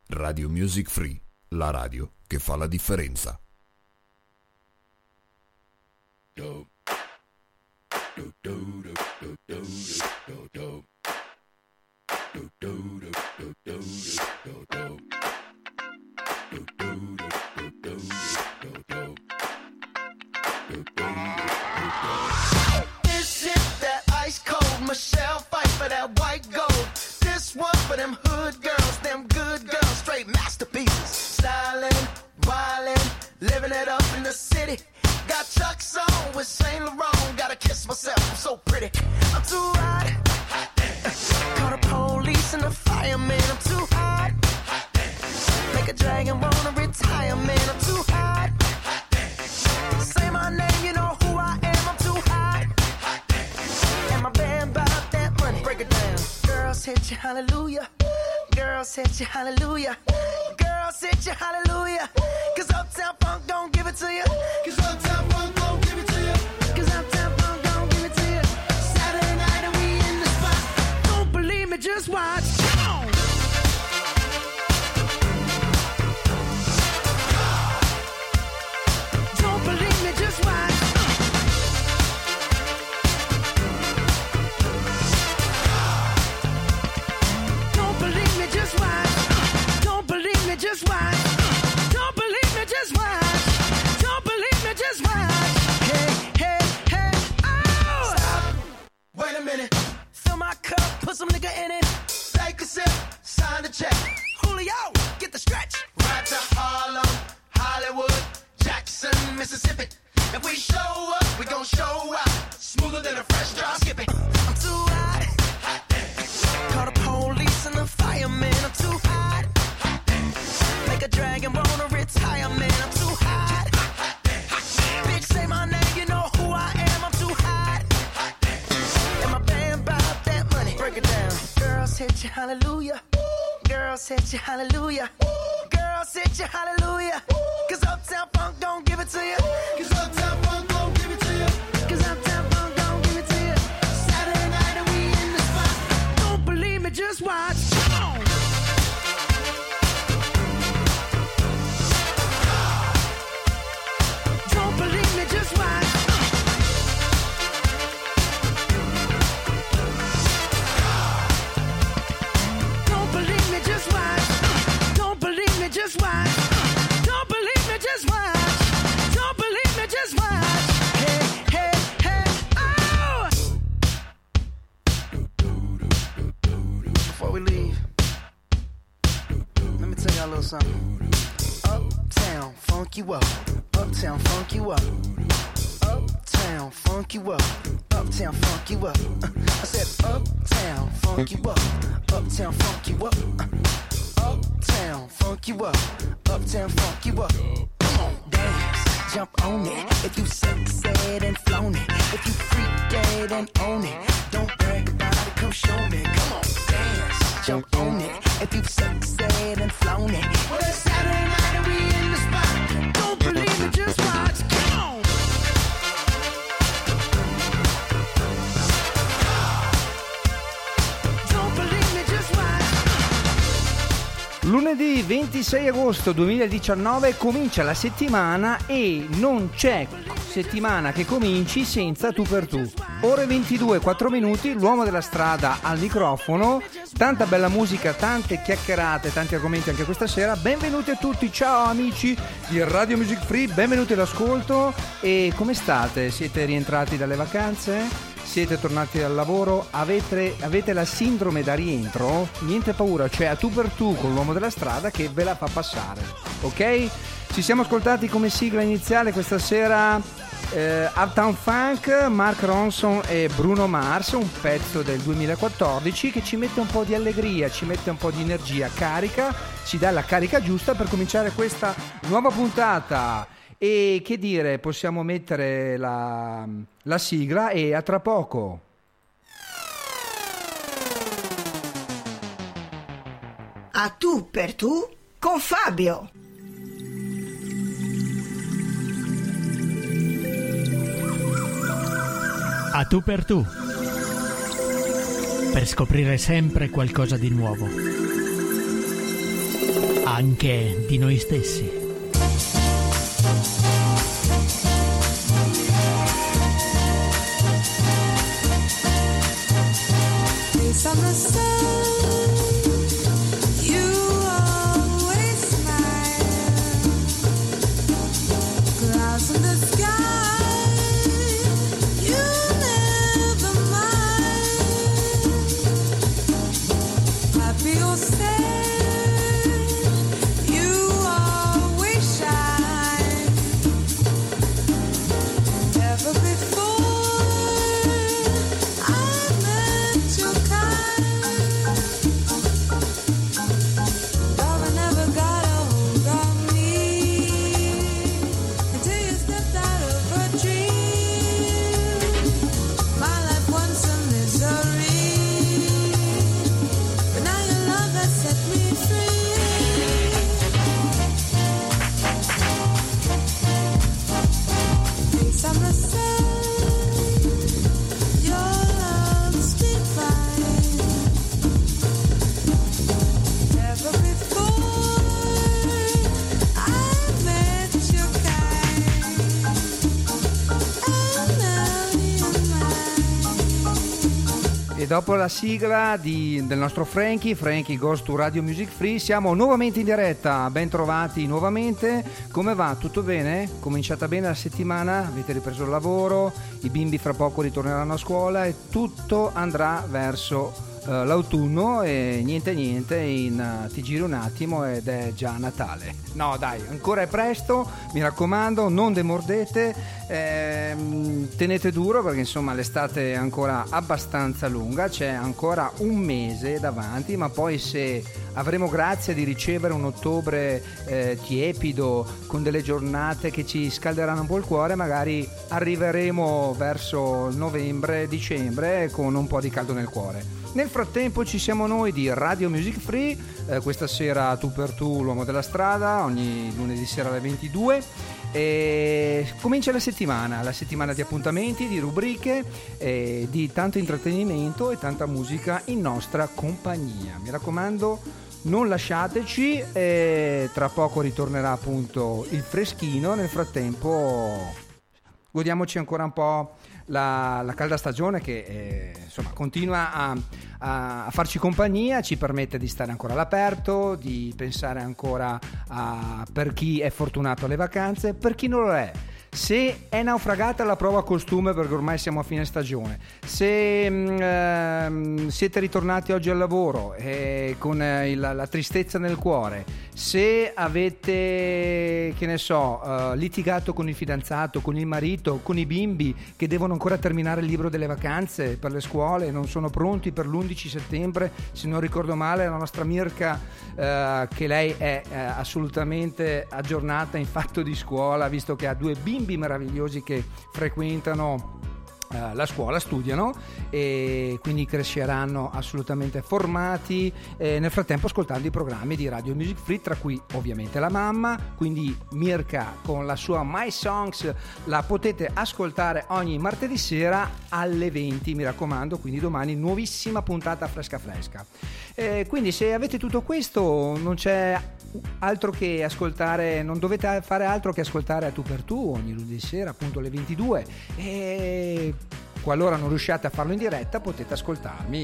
Radio Music Free, la radio che fa la differenza. This is that ice cold Michelle fight for that white gold. This one for them hood girls, them good girls, straight masterpieces. Stylin', wildin', living it up in the city. Got Chuck's on with Saint Laurent. Gotta kiss myself, I'm so pretty. I'm too hot. Call the police and the fireman. I'm too hot. Make a dragon wanna retire, man. I'm too hot. Say my name, you know who I am. I'm too hot. And my band bought that money. Break it down. Girls hit you, hallelujah. Girls hit you, hallelujah. Girls hit you, hallelujah. Cause Uptown Funk don't give it to you. Cause Uptown Funk don't give it to you. Cause Uptown Funk don't give it to you. Saturday night and we in the spot. Don't believe me, just watch. Come on. Don't believe me, just watch. Don't believe me, just watch. Don't believe me, just watch. Don't believe me, just watch. Don't believe me, just watch. Hey, hey, hey, oh! Stop. Wait a minute. Fill my cup, put some nigga in it. Take a sip, sign the check. Julio, get the stretch. Right to Harlem, Hollywood, Jackson, Mississippi. If we show up, we gon' show out. Smoother than a fresh drop. Skip it. I'm too hot. Call the police and the fireman. I'm too hot. Make a dragon wanna retire, man. I'm too hot. Bitch, say my name, you know who I am. I'm too hot. And my band bought that money. Break it down. Girls hit you, hallelujah. Girls hit you, hallelujah. Girls hit you, hallelujah. Cause Uptown Funk don't give it to you. Cause Uptown Funk don't give it to you. Cause Uptown Funk don't give it to you. Saturday night and we in the spot. Don't believe me, just watch. Come on. Don't believe me, just watch. Don't believe me, just watch. Don't believe me, just watch. Don't believe me, just watch. Don't believe me, just watch. Hey, hey, hey, oh! Before we leave, let me tell y'all a little something. Uptown, funk you up. Uptown, funk you up. Uptown, funk you up. Uptown, funk you up. I said uptown, funk you up. Uptown, funk you up. Uptown, funk you up. Uptown, funk you up. Come on, dance, jump on it. If you succeed and flown it. If you freak dead and own it. Don't brag about it, come show me. Come on, dance, jump on it. If you succeed and flown it. Well, it's Saturday night and we in the spot. Don't believe it, just watch. Come on. Don't believe me, just watch. Lunedì 26 agosto 2019 comincia la settimana e non c'è settimana che cominci senza Tu per Tu. Ore 22, 4 minuti, l'uomo della strada al microfono, tanta bella musica, tante chiacchierate, tanti argomenti anche questa sera. Benvenuti a tutti, ciao amici di Radio Music Free, benvenuti all'ascolto. E come state? Siete rientrati dalle vacanze? Siete tornati dal lavoro? Avete la sindrome da rientro? Niente paura, c'è a Tu per Tu con l'uomo della strada che ve la fa passare, ok? Ci siamo ascoltati come sigla iniziale questa sera Uptown Funk, Mark Ronson e Bruno Mars, un pezzo del 2014 che ci mette un po' di allegria, ci mette un po' di energia, carica, ci dà la carica giusta per cominciare questa nuova puntata. E che dire, possiamo mettere la sigla e a tra poco. A Tu per Tu con Fabio. A Tu per Tu, per scoprire sempre qualcosa di nuovo. anche di noi stessi. Summer sun, you always smile. Clouds in the sky, you never mind. Happy or sad, you always shine. Never before I met your kind. E dopo la sigla del nostro Frankie Goes to Radio Music Free, siamo nuovamente in diretta. Ben trovati nuovamente. Come va? Tutto bene? Cominciata bene la settimana? Avete ripreso il lavoro? I bimbi fra poco ritorneranno a scuola e tutto andrà verso l'autunno e niente, ti giri un attimo ed è già Natale. No dai, ancora è presto, mi raccomando, non demordete, tenete duro perché insomma l'estate è ancora abbastanza lunga, c'è ancora un mese davanti, ma poi se avremo grazia di ricevere un ottobre tiepido con delle giornate che ci scalderanno un po' il cuore, magari arriveremo verso novembre-dicembre con un po' di caldo nel cuore. Nel frattempo ci siamo noi di Radio Music Free, questa sera tu per tu, l'uomo della strada, ogni lunedì sera alle 22. E comincia la settimana di appuntamenti, di rubriche, di tanto intrattenimento e tanta musica in nostra compagnia. Mi raccomando, non lasciateci, tra poco ritornerà appunto il freschino. Nel frattempo godiamoci ancora un po' la calda stagione che insomma continua a farci compagnia, ci permette di stare ancora all'aperto, di pensare ancora per chi è fortunato alle vacanze, per chi non lo è. Se è naufragata la prova costume perché ormai siamo a fine stagione, se siete ritornati oggi al lavoro con la tristezza nel cuore, se avete, che ne so, litigato con il fidanzato, con il marito, con i bimbi che devono ancora terminare il libro delle vacanze per le scuole, non sono pronti per l'11 settembre, se non ricordo male la nostra Mirka, che lei è assolutamente aggiornata in fatto di scuola, visto che ha due bimbi meravigliosi che frequentano la scuola, studiano e quindi cresceranno assolutamente formati, nel frattempo ascoltando i programmi di Radio Music Free, tra cui ovviamente la mamma. Quindi Mirka con la sua My Songs la potete ascoltare ogni martedì sera alle 20, mi raccomando, quindi domani nuovissima puntata fresca. Quindi se avete tutto questo non c'è altro che ascoltare, non dovete fare altro che ascoltare a tu per tu ogni lunedì sera appunto alle 22, e qualora non riusciate a farlo in diretta potete ascoltarmi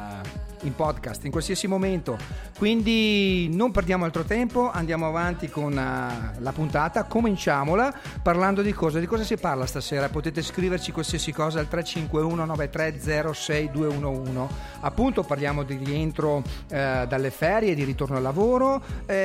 in podcast in qualsiasi momento. Quindi non perdiamo altro tempo, andiamo avanti con la puntata, cominciamola parlando di cosa si parla stasera. Potete scriverci qualsiasi cosa al 351 93 06 211. Appunto parliamo di rientro dalle ferie, di ritorno al lavoro,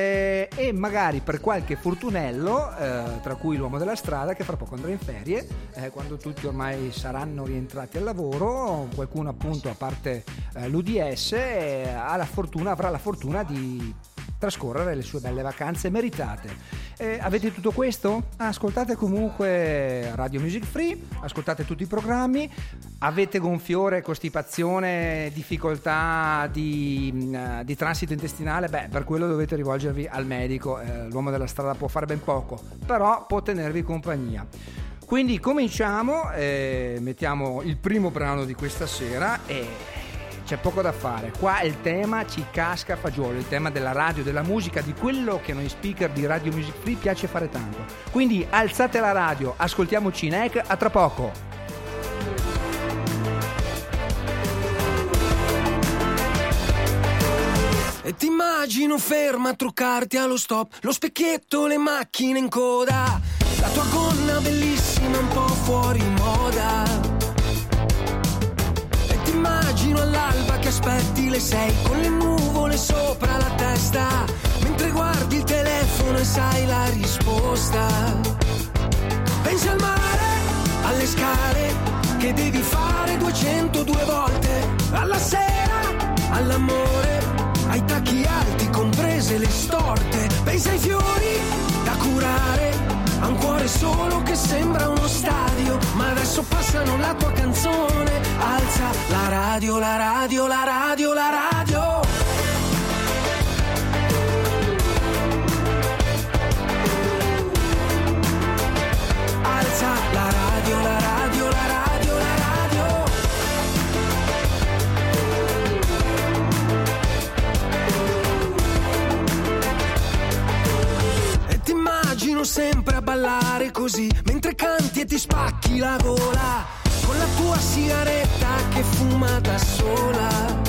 e magari per qualche fortunello, tra cui l'uomo della strada che fra poco andrà in ferie, quando tutti ormai saranno rientrati al lavoro, qualcuno appunto a parte l'UDS avrà la fortuna di trascorrere le sue belle vacanze meritate. Avete tutto questo? Ascoltate comunque Radio Music Free, ascoltate tutti i programmi. Avete gonfiore, costipazione, difficoltà di transito intestinale? Per quello dovete rivolgervi al medico. L'uomo della strada può fare ben poco, però può tenervi compagnia. Quindi cominciamo, mettiamo il primo brano di questa sera e c'è poco da fare. Qua il tema ci casca a fagiolo, il tema della radio, della musica, di quello che a noi speaker di Radio Music Free piace fare tanto. Quindi alzate la radio, ascoltiamoci NEC, a tra poco. E ti immagino ferma a truccarti allo stop, lo specchietto, le macchine in coda, la tua gonna bellissima un po' fuori moda. E ti immagino all'alba che aspetti le 6 con le nuvole sopra la testa, mentre guardi il telefono e sai la risposta. Pensi al mare, alle scale che devi fare 202 volte, alla sera, all'amore, ai tacchi alti, comprese le storte. Pensi ai fiori da curare, a un cuore solo che sembra uno stadio. Ma adesso passano la tua canzone. Alza la radio, la radio, la radio, la radio. Alza la radio, la radio, la radio, la radio. Immagino sempre a ballare così, mentre canti e ti spacchi la gola, con la tua sigaretta che fuma da sola.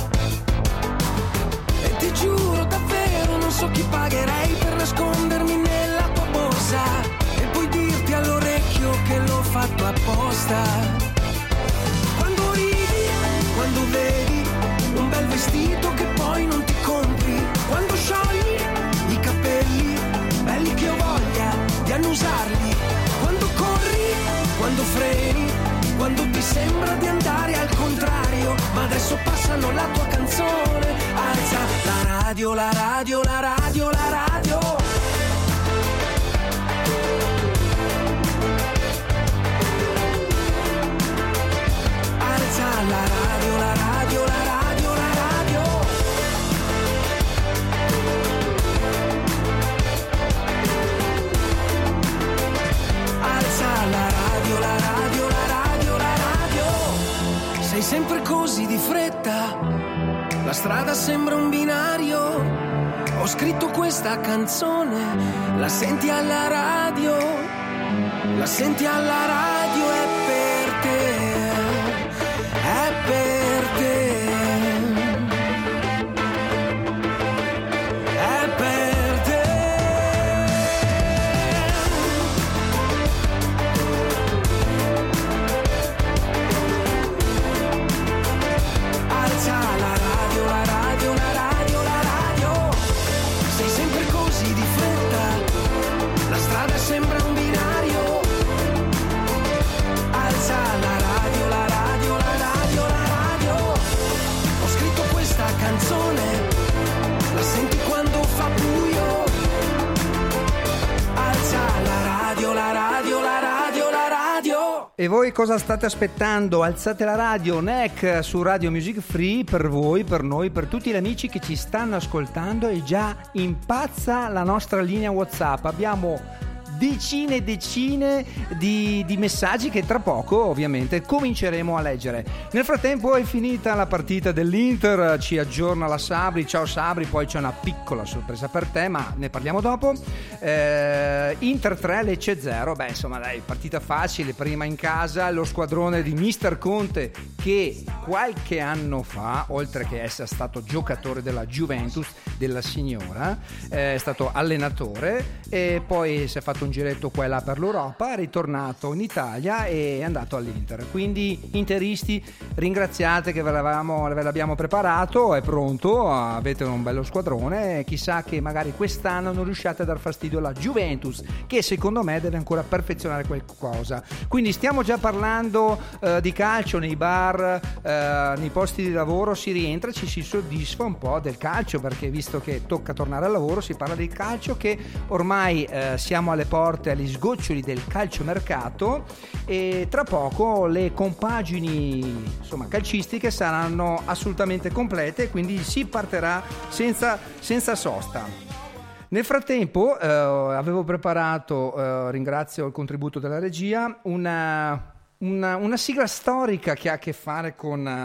E ti giuro davvero non so chi pagherei per nascondermi nella tua borsa e poi dirti all'orecchio che l'ho fatto apposta. Quando ridi, quando vedi un bel vestito che poi non ti compri, quando sciogli i capelli belli che ho voglia di annusarli, quando corri, quando freni, quando ti sembra di andare al contrario, ma adesso passano la tua canzone. Alza la radio, la radio, la radio, la radio. Alza la radio, la radio, la radio, la radio. La radio, la radio, la radio, la radio. Sei sempre così di fretta, la strada sembra un binario. Ho scritto questa canzone, la senti alla radio, la senti alla radio, è per te, è per te. Sembra un binario. Alza la radio, la radio, la radio, la radio. Ho scritto questa canzone, la senti quando fa buio. Alza la radio, la radio, la radio, la radio. E voi cosa state aspettando? Alzate la radio, NEC su Radio Music Free, per voi, per noi, per tutti gli amici che ci stanno ascoltando. E già impazza la nostra linea WhatsApp. Abbiamo decine e decine di messaggi che tra poco ovviamente cominceremo a leggere. Nel frattempo è finita la partita dell'Inter, ci aggiorna la Sabri. Ciao Sabri, poi c'è una piccola sorpresa per te, ma ne parliamo dopo. Inter 3, Lecce 0. Beh, insomma, dai, partita facile, prima in casa, lo squadrone di Mister Conte, che qualche anno fa, oltre che essere stato giocatore della Juventus, della signora, è stato allenatore e poi si è fatto un giretto qua e là per l'Europa, è ritornato in Italia e è andato all'Inter. Quindi interisti, ringraziate che ve l'abbiamo preparato, è pronto, avete un bello squadrone, chissà che magari quest'anno non riusciate a dar fastidio alla Juventus, che secondo me deve ancora perfezionare qualcosa. Quindi stiamo già parlando di calcio nei bar, nei posti di lavoro si rientra, ci si soddisfa un po' del calcio, perché visto che tocca tornare al lavoro si parla di calcio, che ormai siamo alle porte, agli sgoccioli del calciomercato, e tra poco le compagini calcistiche saranno assolutamente complete, quindi si partirà senza sosta. Nel frattempo avevo preparato, ringrazio il contributo della regia, una sigla storica che ha a che fare con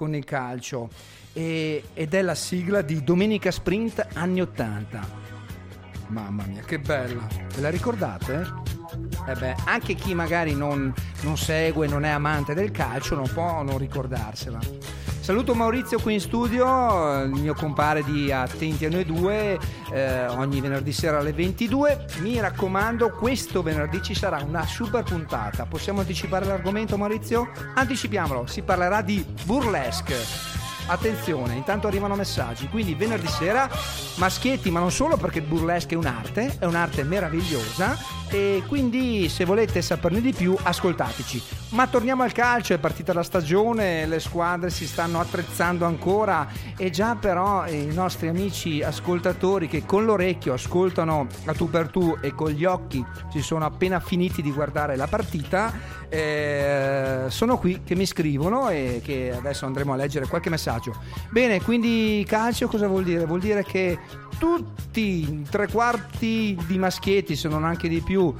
con il calcio ed è la sigla di Domenica Sprint anni 80. Mamma mia, che bella! Ve la ricordate? Anche chi magari non segue, non è amante del calcio non può non ricordarsela. Saluto Maurizio qui in studio, il mio compare di Attenti a Noi Due, ogni venerdì sera alle 22. Mi raccomando, questo venerdì ci sarà una super puntata. Possiamo anticipare l'argomento, Maurizio? Anticipiamolo, si parlerà di burlesque. Attenzione, intanto arrivano messaggi. Quindi venerdì sera maschietti, ma non solo, perché il burlesque è un'arte meravigliosa, e quindi se volete saperne di più ascoltateci. Ma torniamo al calcio, è partita la stagione, le squadre si stanno attrezzando ancora, e già però i nostri amici ascoltatori che con l'orecchio ascoltano a tu per tu e con gli occhi si sono appena finiti di guardare la partita, sono qui che mi scrivono e che adesso andremo a leggere qualche messaggio. Bene, quindi calcio cosa vuol dire? Vuol dire che tutti, 3/4 di maschietti, se non anche di più,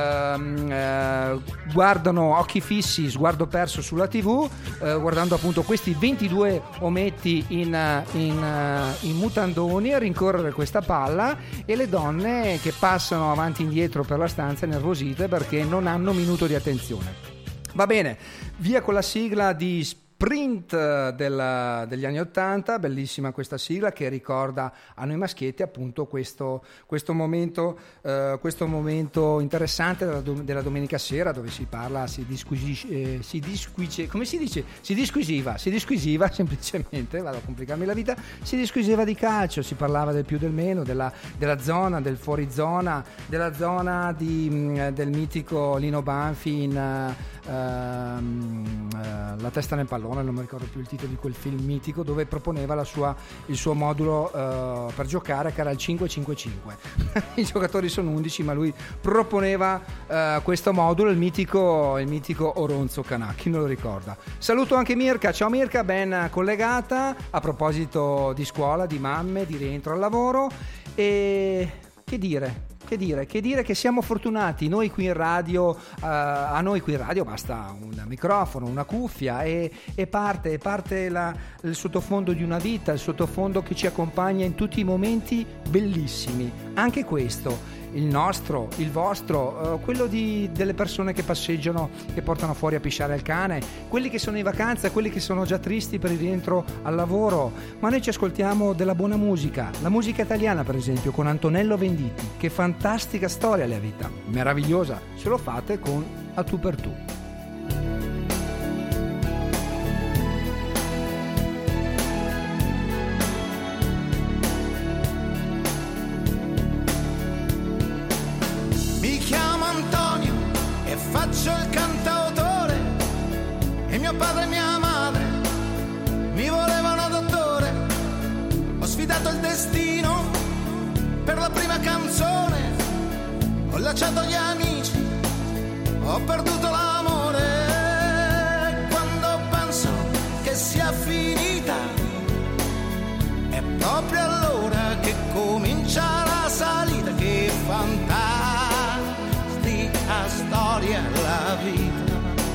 guardano occhi fissi, sguardo perso sulla TV, guardando appunto questi 22 ometti in mutandoni a rincorrere questa palla, e le donne che passano avanti e indietro per la stanza nervosite perché non hanno minuto di attenzione. Va bene, via con la sigla di Sprint degli anni 80, bellissima questa sigla che ricorda a noi maschietti appunto questo momento interessante della domenica sera, dove si parla, si disquisiva semplicemente, vado a complicarmi la vita, si disquisiva di calcio, si parlava del più del meno, della zona, del fuorizona, della zona del mitico Lino Banfi in La testa nel pallone, non mi ricordo più il titolo di quel film mitico, dove proponeva il suo modulo per giocare, che era il 5-5-5. I giocatori sono 11, ma lui proponeva questo modulo, il mitico Oronzo Canà, chi non lo ricorda. Saluto anche Mirka, ciao Mirka, ben collegata, a proposito di scuola, di mamme, di rientro al lavoro. E che dire che siamo fortunati noi qui in radio, a noi qui in radio basta un microfono, una cuffia e parte il sottofondo di una vita, il sottofondo che ci accompagna in tutti i momenti bellissimi, anche questo, il nostro, il vostro, quello delle persone che passeggiano, che portano fuori a pisciare il cane, quelli che sono in vacanza, quelli che sono già tristi per il rientro al lavoro. Ma noi ci ascoltiamo della buona musica, la musica italiana per esempio, con Antonello Venditti. Che fantastica storia la vita, meravigliosa, se lo fate con A tu per tu. Faccio il cantautore e mio padre e mia madre mi volevano dottore. Ho sfidato il destino per la prima canzone, ho lasciato gli amici, ho perduto l'amore. Quando penso che sia finita è proprio allora che comincia la salita. Che fantastica storia la vita.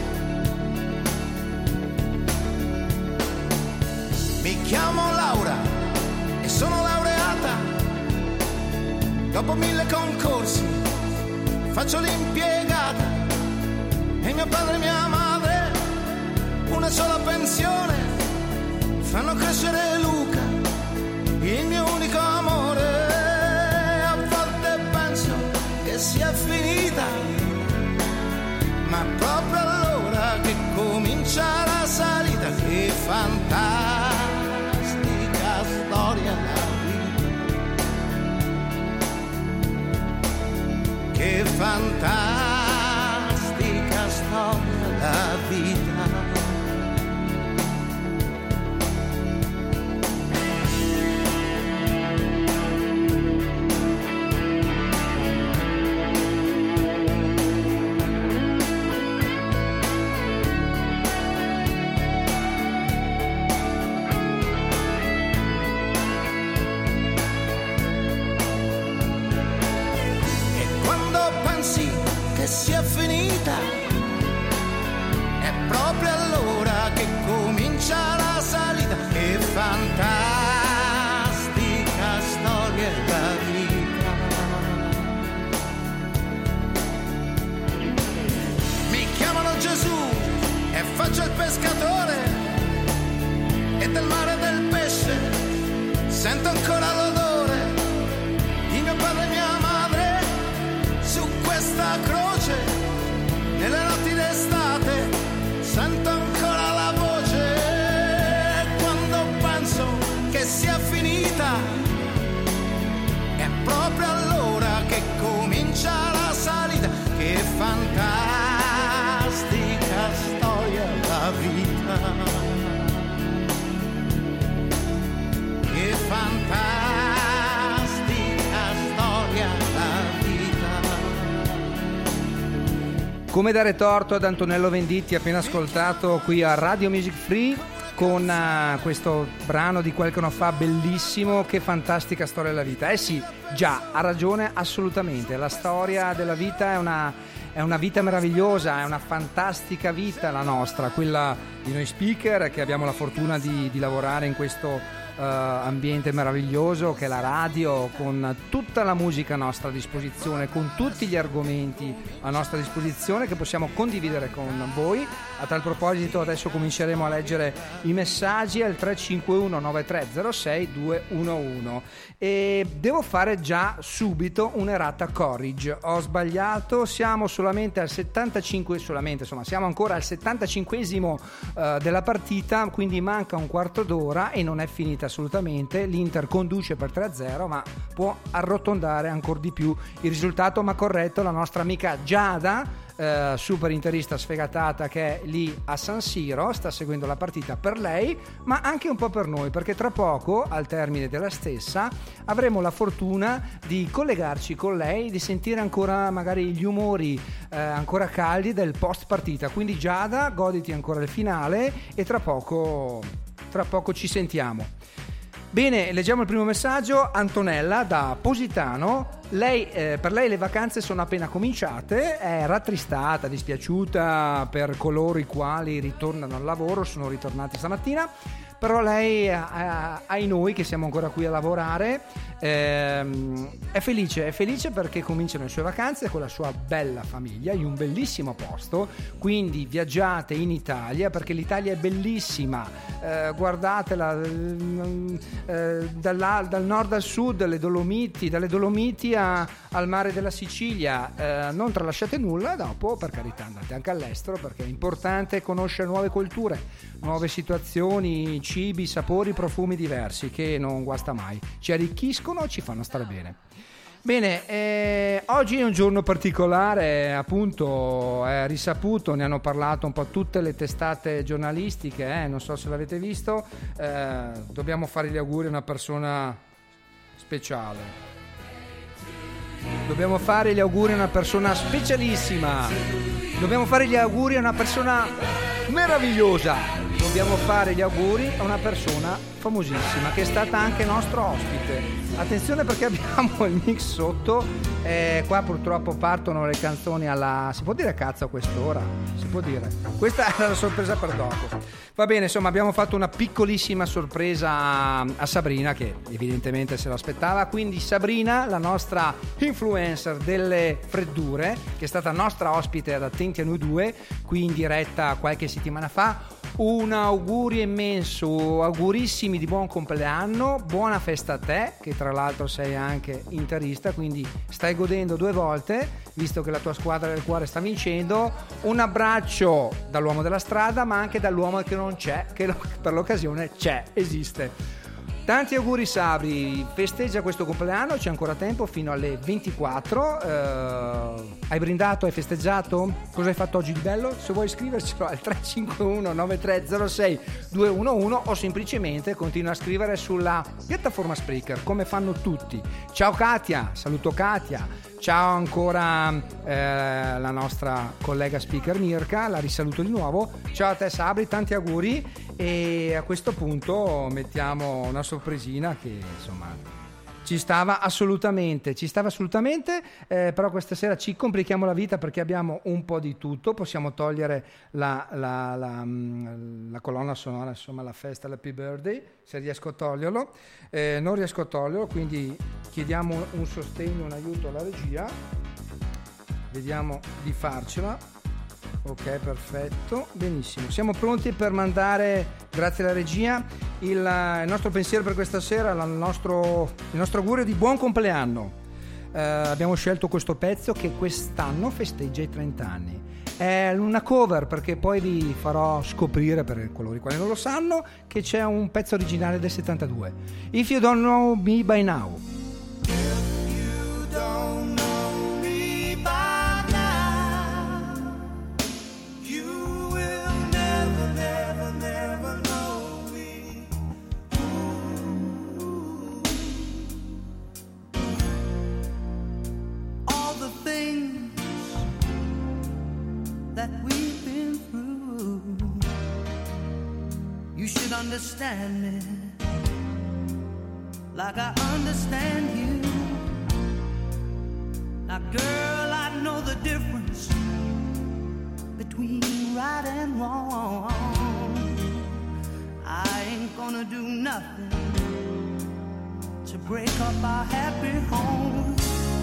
Mi chiamo Laura e sono laureata. Dopo 1000 concorsi faccio l'impiegata e mio padre e mia madre una sola pensione fanno crescere Luca, il mio unico amore. A volte penso che sia finita, ma proprio allora che comincia la salita. Che fantastica storia la vita, che fantastica storia la vita. Sia finita è proprio allora che comincia la salita. sento ancora l'odore di mio padre e mia madre su questa croce, nelle notti d'estate sento ancora la voce, quando penso che sia finita è proprio allora che comincia la salita. Che fantastica storia la vita, che fantastica storia la vita. Come dare torto ad Antonello Venditti, appena ascoltato qui a Radio Music Free con questo brano di qualche anno fa bellissimo. Che fantastica storia della vita. Sì, già, ha ragione assolutamente, la storia della vita è una vita meravigliosa, è una fantastica vita la nostra, quella di noi speaker che abbiamo la fortuna di lavorare in questo ambiente meraviglioso che è la radio, con tutta la musica a nostra disposizione, con tutti gli argomenti a nostra disposizione che possiamo condividere con voi. A tal proposito adesso cominceremo a leggere i messaggi al 351 9306 211 e devo fare già subito un'errata corrige. Ho sbagliato, siamo solamente al 75, siamo ancora al 75esimo della partita, quindi manca un quarto d'ora e non è finita assolutamente. L'Inter conduce per 3-0, ma può arrotondare ancora di più il risultato, ma corretto la nostra amica Giada, super interista sfegatata, che è lì a San Siro, sta seguendo la partita per lei ma anche un po' per noi, perché tra poco al termine della stessa avremo la fortuna di collegarci con lei, di sentire ancora magari gli umori ancora caldi del post partita. Quindi Giada, goditi ancora il finale e tra poco ci sentiamo. Bene, leggiamo il primo messaggio. Antonella da Positano. Per lei le vacanze sono appena cominciate, è rattristata, dispiaciuta per coloro i quali ritornano al lavoro, sono ritornati stamattina, però lei, ai noi che siamo ancora qui a lavorare, è felice perché cominciano le sue vacanze con la sua bella famiglia in un bellissimo posto. Quindi viaggiate in Italia, perché l'Italia è bellissima, guardatela dal nord al sud, dalle Dolomiti al mare della Sicilia, non tralasciate nulla. Dopo, per carità, andate anche all'estero, perché è importante conoscere nuove culture, nuove situazioni, cibi, sapori, profumi diversi, che non guasta mai, ci arricchiscono, ci fanno stare bene. Bene, oggi è un giorno particolare, appunto, è risaputo, ne hanno parlato un po' tutte le testate giornalistiche, non so se l'avete visto. Dobbiamo fare gli auguri a una persona speciale. Dobbiamo fare gli auguri a una persona specialissima. Dobbiamo fare gli auguri a una persona meravigliosa. Dobbiamo fare gli auguri a una persona famosissima che è stata anche nostro ospite. Attenzione, perché abbiamo il mix sotto. Qua purtroppo partono le canzoni alla... Si può dire cazzo a quest'ora? Si può dire. Questa è la sorpresa per dopo. Va bene, insomma, abbiamo fatto una piccolissima sorpresa a Sabrina, che evidentemente se lo aspettava. Quindi Sabrina, la nostra influencer delle freddure, che è stata nostra ospite ad Attenti a Noi Due, qui in diretta qualche settimana fa. Un augurio immenso, augurissimi di buon compleanno, buona festa a te, che tra l'altro sei anche interista, quindi stai godendo due volte, visto che la tua squadra del cuore sta vincendo. Un abbraccio dall'uomo della strada, ma anche dall'uomo che non c'è, che per l'occasione esiste. Tanti auguri Sabri, festeggia questo compleanno, c'è ancora tempo fino alle 24. Hai brindato, hai festeggiato? Cosa hai fatto oggi di bello? Se vuoi scrivercelo al 351 9306 211 o semplicemente continua a scrivere sulla piattaforma Spreaker, come fanno tutti. Ciao Katia, saluto Katia. Ciao ancora la nostra collega speaker Mirka, la risaluto di nuovo. Ciao a te Sabri, tanti auguri. E a questo punto mettiamo una sorpresina che insomma ci stava assolutamente, però questa sera ci complichiamo la vita perché abbiamo un po' di tutto. Possiamo togliere la colonna sonora, insomma la festa, l'Happy Birthday, se riesco a toglierlo. Non riesco a toglierlo, quindi chiediamo un sostegno, un aiuto alla regia, vediamo di farcela. Ok, perfetto, benissimo. Siamo pronti per mandare, grazie alla regia, il nostro pensiero per questa sera, il nostro augurio di buon compleanno. Abbiamo scelto questo pezzo che quest'anno festeggia i 30 anni. È una cover, perché poi vi farò scoprire, per coloro i quali non lo sanno, che c'è un pezzo originale del 72. If You Don't Know Me By Now. You don't know me by now. You will never, never, never know me. All the things that we've been through, you should understand me like I understand you. Now girl, I know the difference between right and wrong. I ain't gonna do nothing to break up our happy home.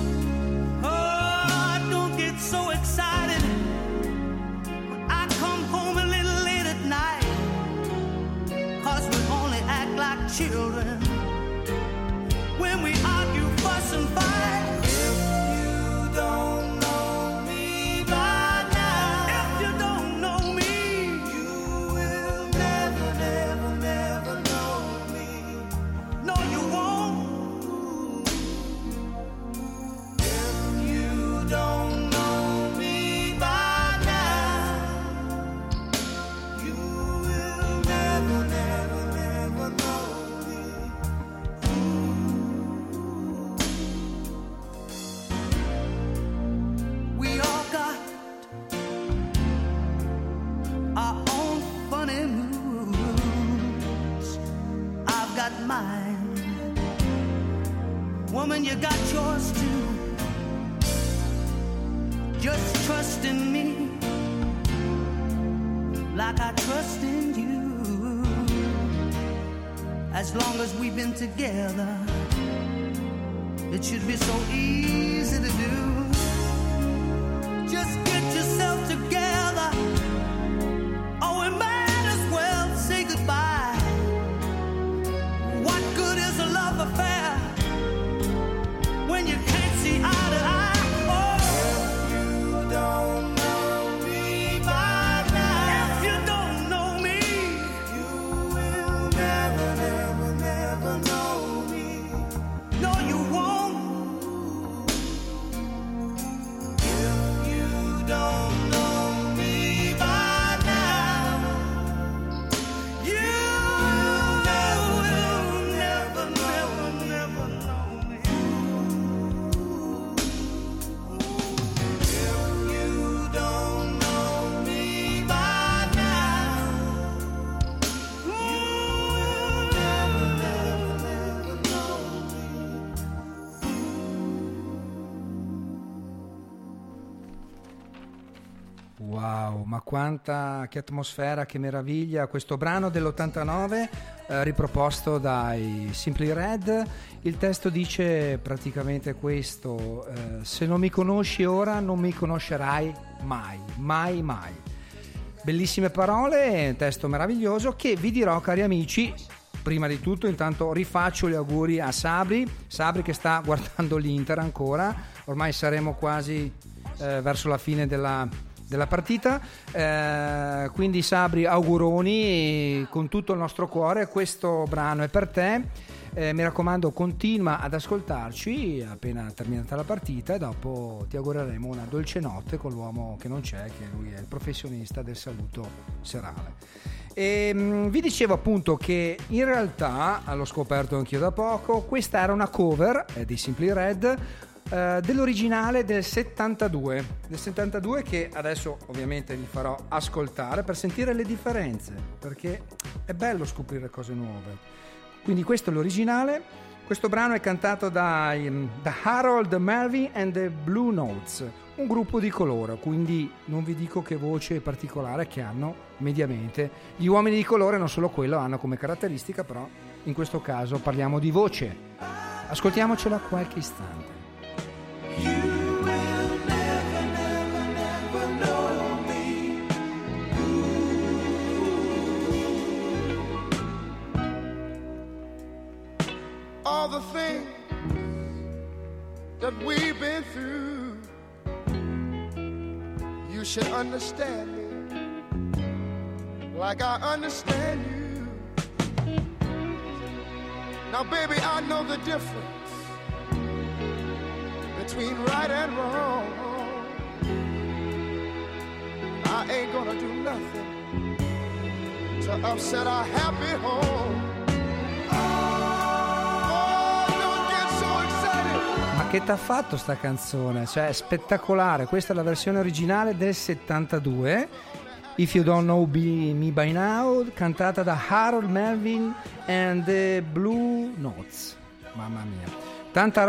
Oh, don't get so excited when I come home a little late at night, 'cause we only act like children when we argue, fuss and fight. If you don't know me by now, if you don't know me, you will never, never, never know me. No, you won't. If you don't know me by now, you will never, never, never know me. We all got our own funny moods. I've got mine. Woman, you got yours too. Just trust in me like I trust in you. As long as we've been together, it should be so easy to do. Just get yourself together, or we might as well say goodbye. What good is a love affair when you can't see eye to eye? Oh, if you don't know me by now, if you don't know me, you will never, never, never know me. No, you won't. If you don't know me by now, you will never, never, never know me. If you don't know me by now, you will never, never, never know me. Wow, ma che atmosfera, che meraviglia questo brano dell'89, riproposto dai Simply Red. Il testo dice praticamente questo: se non mi conosci ora non mi conoscerai mai, mai, mai. Bellissime parole, un testo meraviglioso che vi dirò, cari amici. Prima di tutto intanto rifaccio gli auguri a Sabri che sta guardando l'Inter ancora, ormai saremo quasi verso la fine della partita, quindi Sabri, auguroni con tutto il nostro cuore. Questo brano è per te, mi raccomando, continua ad ascoltarci appena terminata la partita, e dopo ti augureremo una dolce notte con l'uomo che non c'è, che lui è il professionista del saluto serale. E vi dicevo appunto che in realtà, l'ho scoperto anch'io da poco, questa era una cover dei Simply Red dell'originale del 72, che adesso ovviamente vi farò ascoltare per sentire le differenze, perché è bello scoprire cose nuove. Quindi questo è l'originale. Questo brano è cantato da Harold Melvin and the Blue Notes, un gruppo di colore, quindi non vi dico che voce particolare che hanno mediamente. Gli uomini di colore non solo quello hanno come caratteristica, però in questo caso parliamo di voce. Ascoltiamocela qualche istante. You will never, never, never know me. the things that we've been through, you should understand me like I understand you. Now, baby, I know the difference between right and wrong. I ain't gonna do nothing to upset our happy home. Oh, don't get so excited. Ma che t'ha fatto sta canzone? Cioè, è spettacolare. Questa è la versione originale del 72, If You Don't Know Me By Now, cantata da Harold Melvin and the Blue Notes. Mamma mia, tanta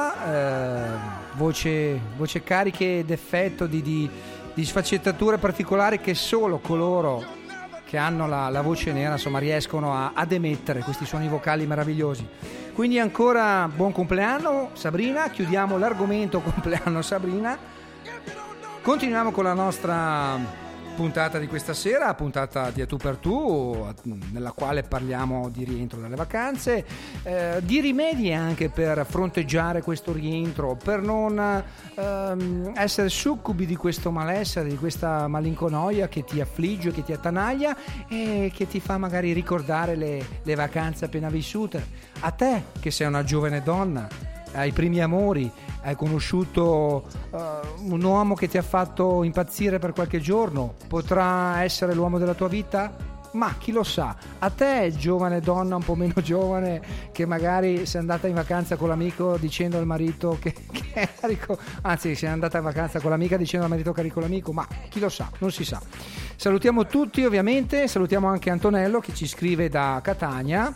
roba, voce cariche d'effetto, di sfaccettature particolari che solo coloro che hanno la voce nera, insomma, riescono ad emettere questi suoni vocali meravigliosi. Quindi ancora buon compleanno Sabrina, chiudiamo l'argomento compleanno Sabrina, continuiamo con la nostra puntata di questa sera, puntata di A Tu per Tu, nella quale parliamo di rientro dalle vacanze, di rimedi anche per fronteggiare questo rientro, per non essere succubi di questo malessere, di questa malinconia che ti affligge, che ti attanaglia e che ti fa magari ricordare le vacanze appena vissute. A te che sei una giovane donna, ai primi amori, hai conosciuto un uomo che ti ha fatto impazzire per qualche giorno, potrà essere l'uomo della tua vita? Ma chi lo sa? A te, giovane donna un po' meno giovane, che magari sei andata in vacanza con l'amico dicendo al marito che è ricco, anzi sei andata in vacanza con l'amica dicendo al marito che è ricco l'amico, ma chi lo sa? Non si sa. Salutiamo tutti ovviamente, salutiamo anche Antonello che ci scrive da Catania,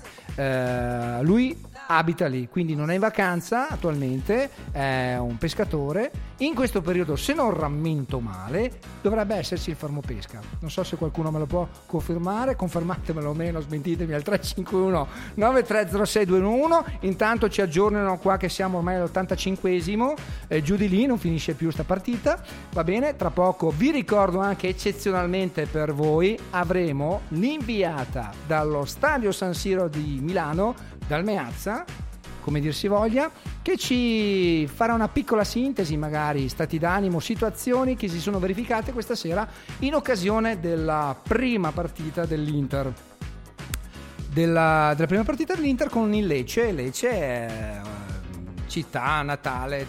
lui abita lì, quindi non è in vacanza attualmente, è un pescatore. In questo periodo, se non rammento male, dovrebbe esserci il fermopesca. Non so se qualcuno me lo può confermare, confermatemelo o meno, smentitemi al 351 9306211. Intanto ci aggiornano qua che siamo ormai all'85esimo, giù di lì non finisce più sta partita, va bene. Tra poco vi ricordo anche eccezionalmente per voi avremo l'inviata dallo stadio San Siro di Milano, dal Meazza, come dir si voglia, che ci farà una piccola sintesi, magari stati d'animo, situazioni che si sono verificate questa sera in occasione della prima partita dell'Inter. Della prima partita dell'Inter con il Lecce. Lecce è città natale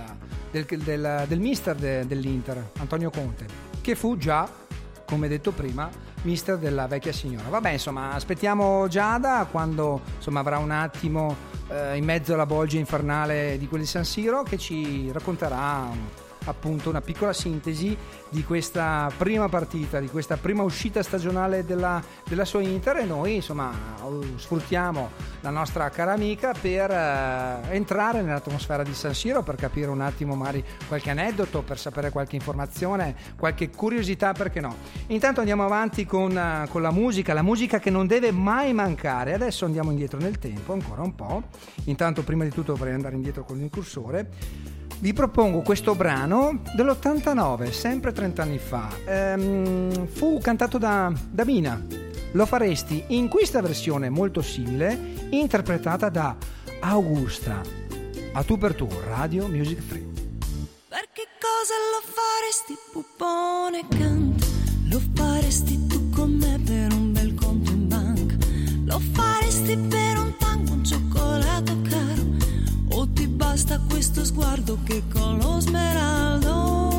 del mister dell'Inter, Antonio Conte, che fu già, come detto prima, mister della vecchia signora. Vabbè, insomma, aspettiamo Giada quando insomma avrà un attimo in mezzo alla bolgia infernale di quelli di San Siro, che ci racconterà appunto una piccola sintesi di questa prima partita, di questa prima uscita stagionale della sua Inter, e noi insomma sfruttiamo la nostra cara amica per entrare nell'atmosfera di San Siro, per capire un attimo magari qualche aneddoto, per sapere qualche informazione, qualche curiosità, perché no. Intanto andiamo avanti con la musica che non deve mai mancare. Adesso andiamo indietro nel tempo ancora un po'. Intanto prima di tutto vorrei andare indietro con l'incursore. Vi propongo questo brano dell'89, sempre 30 anni fa. Fu cantato da Mina. Lo faresti in questa versione molto simile, interpretata da Augusta. A Tu per Tu, Radio Music Free. Per che cosa lo faresti, pupone canta? Lo faresti tu con me per un bel conto in banca? Lo faresti per un tango, un cioccolato caro? O ti basta questo sguardo che con lo smeraldo?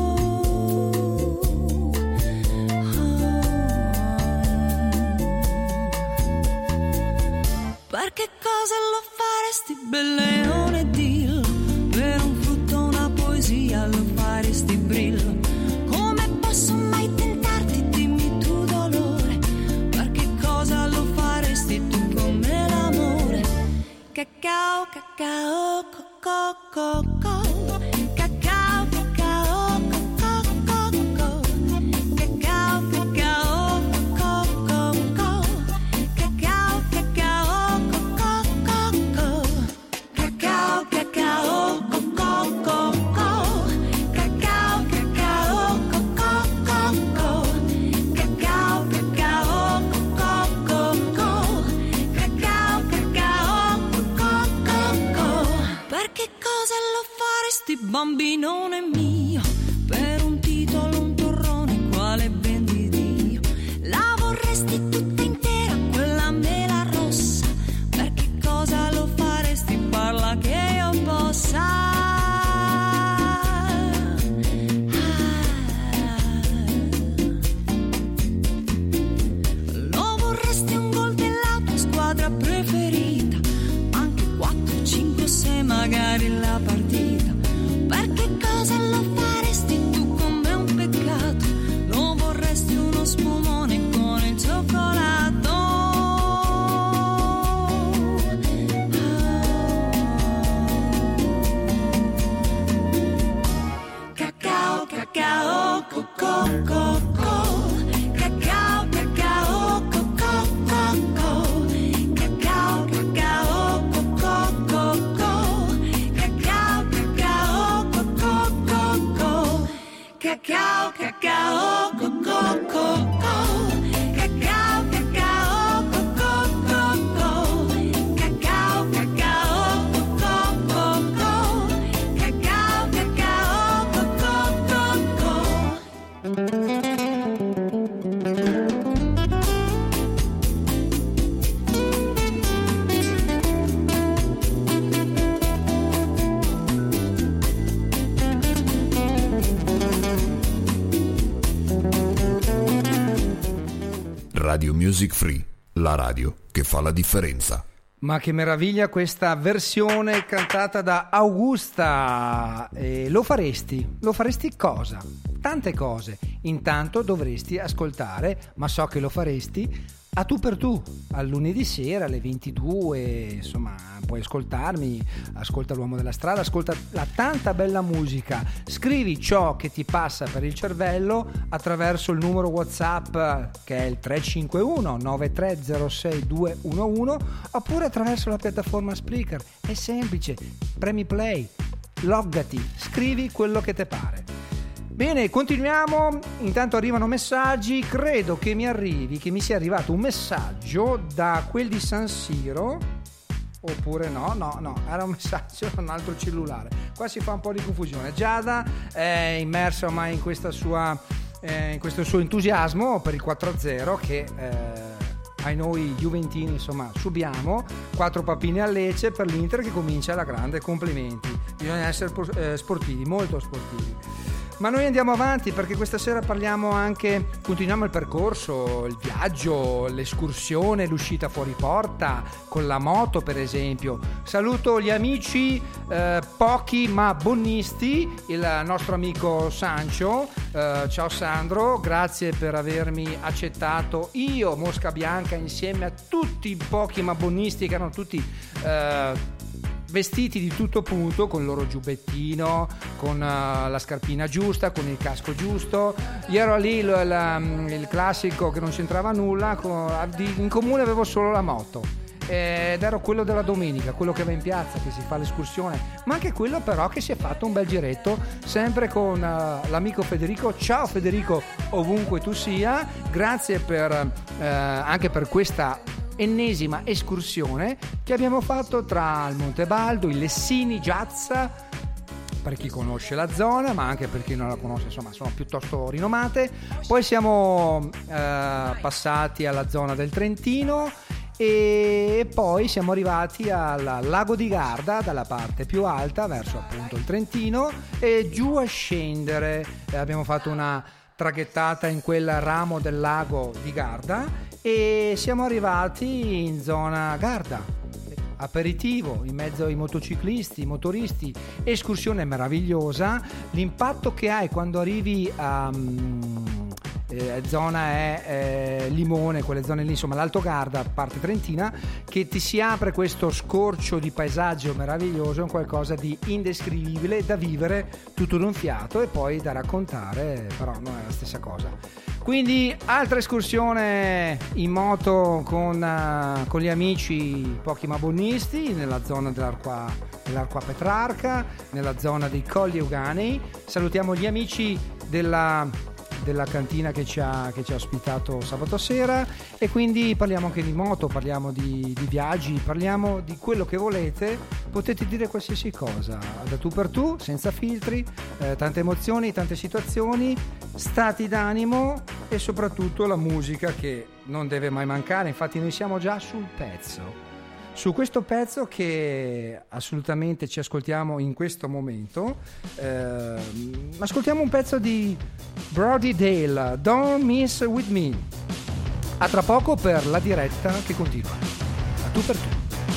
Per che cosa lo faresti, bel leone dillo? Per un frutto, una poesia, lo faresti brillo? Come posso mai tentarti, dimmi tu dolore? Per che cosa lo faresti tu con me l'amore? Cacao, cacao, coco, coco. Cacao, cacao, coco, coco. Cacao, cacao, coco, coco. Cacao, cacao, coco, coco. Cacao, cacao, coco, coco. Cacao, cacao, coco, coco. Cacao, cacao, coco, coco. Cacao, cacao, coco, coco. che cosa lo faresti, bambinone mio, per un titolo, un torrone, quale ben di Dio? La vorresti tutta intera, quella mela rossa, per che cosa lo faresti, parla che io possa. Lo vorresti un gol della tua squadra preferita, anche 4, 5, 6 magari la partita, per che cosa lo faresti tu, come un peccato, lo vorresti uno spumone con il cioccolato. Cacao, cacao, cocco, cocco, cacao, cacao, cocco, cocco, cacao, cacao, cocco, cocco, cacao, cacao, cocco, cocco, cacao, cacao, cocco, cocco, cacao, cacao, cocco, cocco, cacao, cacao, cocco, cocco, cacao, cacao, cocco, cocco. Radio Music Free, la radio che fa la differenza. Ma che meraviglia questa versione cantata da Augusta. Lo faresti? Lo faresti cosa? Tante cose. Intanto dovresti ascoltare, ma so che lo faresti, A Tu per Tu, al lunedì sera alle 22, insomma puoi ascoltarmi, ascolta l'uomo della strada, ascolta la tanta bella musica, scrivi ciò che ti passa per il cervello attraverso il numero WhatsApp che è il 351 9306 211 oppure attraverso la piattaforma Spreaker, è semplice, premi play, loggati, scrivi quello che ti pare. Bene, continuiamo. Intanto arrivano messaggi. Credo che mi sia arrivato un messaggio da quel di San Siro. Oppure no, era un messaggio da un altro cellulare. Qua si fa un po' di confusione. Giada è immersa ormai in questo suo entusiasmo per il 4-0 che ai noi juventini insomma subiamo. 4 papine a Lecce per l'Inter che comincia alla grande. Complimenti, bisogna essere sportivi, molto sportivi. Ma noi andiamo avanti perché questa sera continuiamo il percorso, il viaggio, l'escursione, l'uscita fuori porta con la moto per esempio. Saluto gli amici pochi ma bonnisti, il nostro amico Sancio, ciao Sandro, grazie per avermi accettato io, Mosca Bianca, insieme a tutti i pochi ma bonnisti che erano tutti vestiti di tutto punto, con il loro giubbettino, con la scarpina giusta, con il casco giusto. Io ero lì il classico che non c'entrava nulla, in comune avevo solo la moto ed ero quello della domenica, quello che va in piazza, che si fa l'escursione, ma anche quello però che si è fatto un bel giretto sempre con l'amico Federico. Ciao Federico, ovunque tu sia, grazie anche per questa ennesima escursione che abbiamo fatto tra il Montebaldo, i Lessini, Giazza, per chi conosce la zona, ma anche per chi non la conosce, insomma sono piuttosto rinomate. Poi siamo passati alla zona del Trentino e poi siamo arrivati al lago di Garda, dalla parte più alta verso appunto il Trentino, e giù a scendere abbiamo fatto una traghettata in quel ramo del lago di Garda e siamo arrivati in zona Garda, aperitivo in mezzo ai motociclisti, motoristi, escursione meravigliosa. L'impatto che hai quando arrivi a zona è Limone, quelle zone lì, insomma l'Alto Garda, parte trentina, che ti si apre questo scorcio di paesaggio meraviglioso, è un qualcosa di indescrivibile da vivere tutto d'un fiato e poi da raccontare, però non è la stessa cosa. Quindi altra escursione in moto con gli amici pochi ma bonnisti nella zona dell'Arqua Petrarca, nella zona dei Colli Euganei. Salutiamo gli amici del della cantina che ci ha ospitato sabato sera, e quindi parliamo anche di moto, parliamo di viaggi, parliamo di quello che volete, potete dire qualsiasi cosa, da tu per tu, senza filtri, tante emozioni, tante situazioni, stati d'animo e soprattutto la musica che non deve mai mancare. Infatti noi siamo già sul pezzo. Su questo pezzo che assolutamente ci ascoltiamo in questo momento, ascoltiamo un pezzo di Brody Dalle, Don't Mess With Me. A tra poco per la diretta che continua. A tu per tu.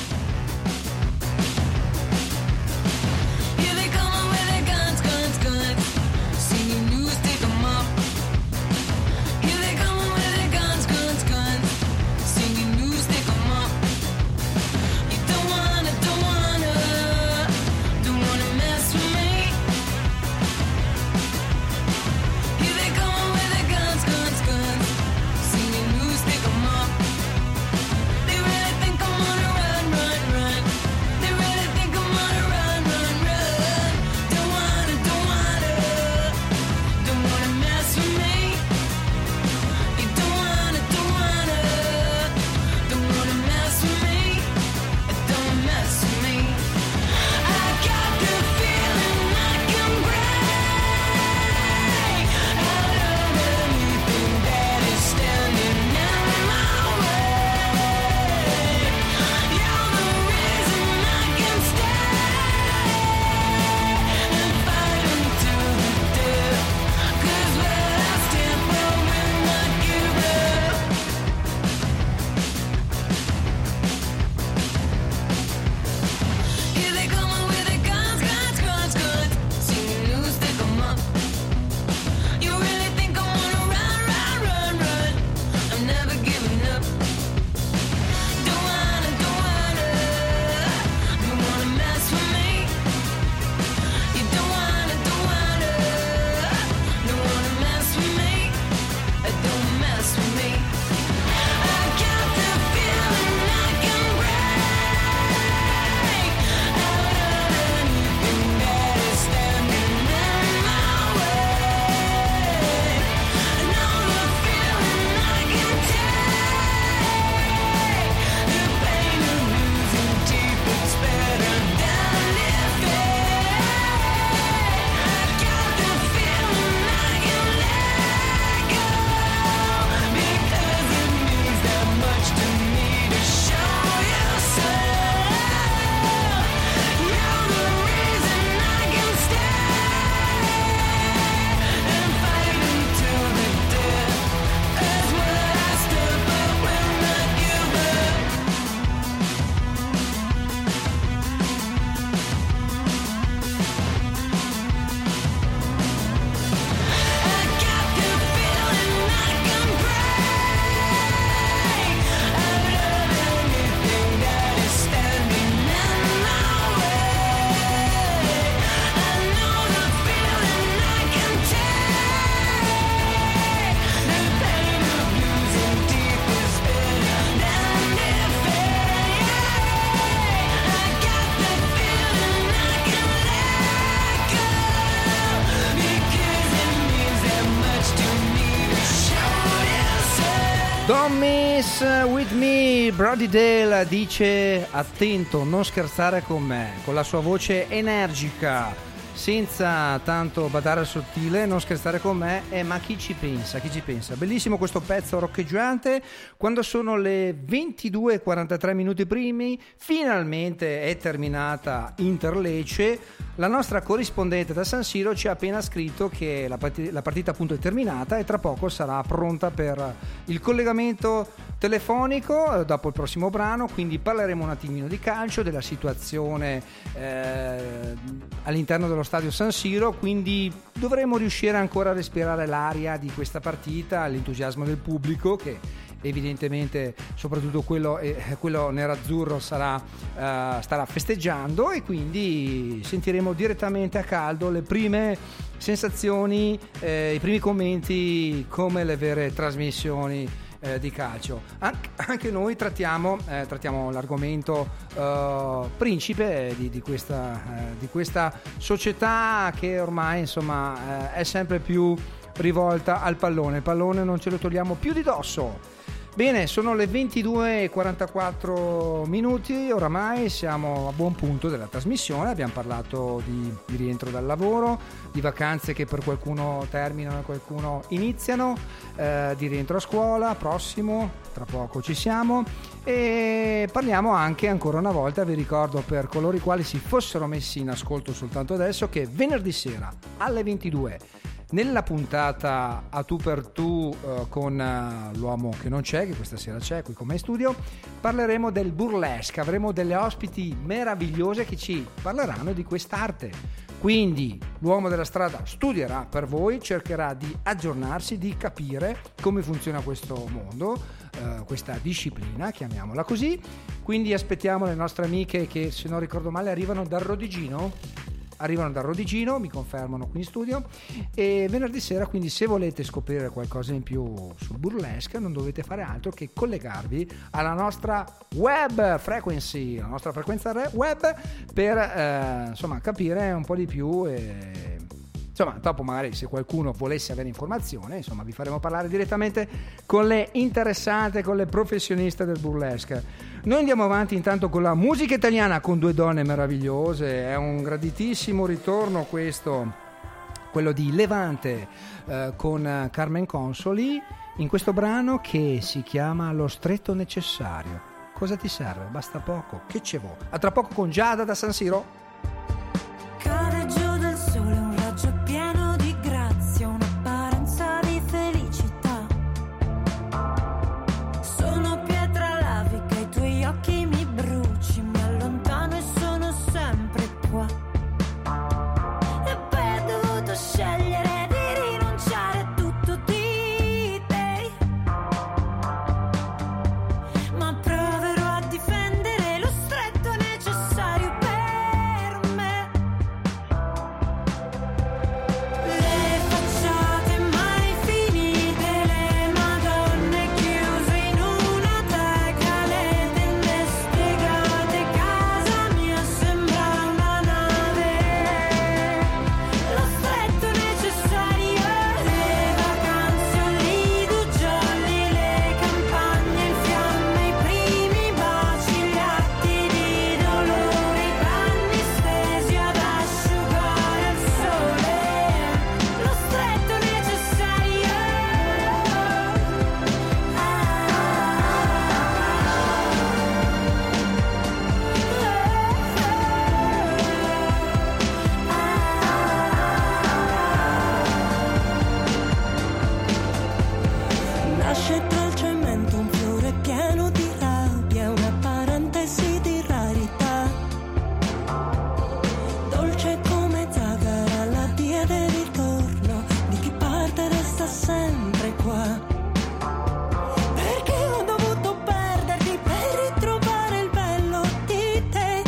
Don't Mess With Me. Brody Dalle dice: attento, non scherzare con me, con la sua voce energica, senza tanto badare al sottile, non scherzare con me, ma chi ci pensa, chi ci pensa. Bellissimo questo pezzo roccheggiante. Quando sono le 22:43 minuti primi, finalmente è terminata Inter-Lecce. La nostra corrispondente da San Siro ci ha appena scritto che la partita appunto è terminata e tra poco sarà pronta per il collegamento telefonico dopo il prossimo brano, quindi parleremo un attimino di calcio, della situazione all'interno dello stadio San Siro, quindi dovremo riuscire ancora a respirare l'aria di questa partita, l'entusiasmo del pubblico che evidentemente soprattutto quello nerazzurro starà festeggiando, e quindi sentiremo direttamente a caldo le prime sensazioni, i primi commenti come le vere trasmissioni di calcio. Anche noi trattiamo l'argomento principe di questa società che ormai insomma è sempre più rivolta al pallone. Il pallone non ce lo togliamo più di dosso. Bene, sono le 22:44 minuti, oramai siamo a buon punto della trasmissione. Abbiamo parlato di rientro dal lavoro, di vacanze che per qualcuno terminano e qualcuno iniziano, di rientro a scuola prossimo, tra poco ci siamo, e parliamo anche ancora una volta, vi ricordo per coloro i quali si fossero messi in ascolto soltanto adesso, che venerdì sera alle 22 nella puntata A tu per tu con l'uomo che non c'è, che questa sera c'è qui con me in studio, parleremo del burlesque. Avremo delle ospiti meravigliose che ci parleranno di quest'arte. Quindi l'uomo della strada studierà per voi, cercherà di aggiornarsi, di capire come funziona questo mondo, questa disciplina, chiamiamola così. Quindi aspettiamo le nostre amiche che, se non ricordo male, arrivano dal Rodigino, mi confermano qui in studio, e venerdì sera, quindi se volete scoprire qualcosa in più sul burlesque non dovete fare altro che collegarvi alla nostra web frequency, la nostra frequenza web, per insomma capire un po' di più e insomma dopo magari se qualcuno volesse avere informazione, insomma vi faremo parlare direttamente con le interessate, con le professioniste del burlesque. Noi andiamo avanti intanto con la musica italiana, con due donne meravigliose. È un graditissimo ritorno questo, quello di Levante, con Carmen Consoli, in questo brano che si chiama Lo stretto necessario. Cosa ti serve? Basta poco, che ce vuoi? A tra poco con Giada da San Siro. Cade giù del sole un raggio pieno di grazia, un'apparenza di felicità. Sono pietra lavica, i tuoi occhi mi bruci, mi allontano e sono sempre qua. E poi ho dovuto scegliere di rinunciare a tutto di te, ma proverò a difendere lo stretto necessario per me. Le facciate mai finite, le madonne chiuse in una teca, le tende spiegate, casa mia sembra una nave. Lo stretto necessario, le vacanze al lido gialli, le campagne in fiamme, i primi baci, gli atti di dolore, i panni stesi ad asciugare al sole. Lo stretto necessario. Nasce tra il cemento un fiore pieno di rabbia, una parentesi di rarità. Dolce come zagara, la via del ritorno di chi parte resta sempre qua. Perché ho dovuto perderti per ritrovare il bello di te,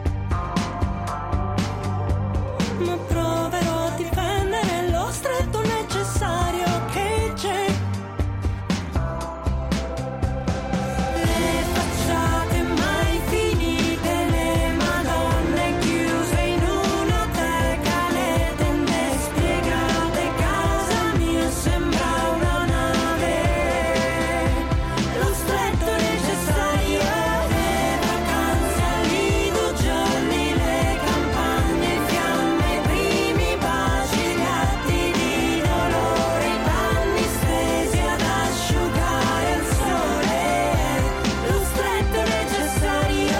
ma proverò a difendere lo stretto necessario che c'è. Le facciate mai finite, le madonne chiuse in una teca, le tende spiegate, casa mia sembra una nave. Lo stretto necessario, le vacanze al lido gialli, le campagne in fiamme, i primi baci, gli atti di dolore, i panni stesi ad asciugare al sole. Lo stretto necessario.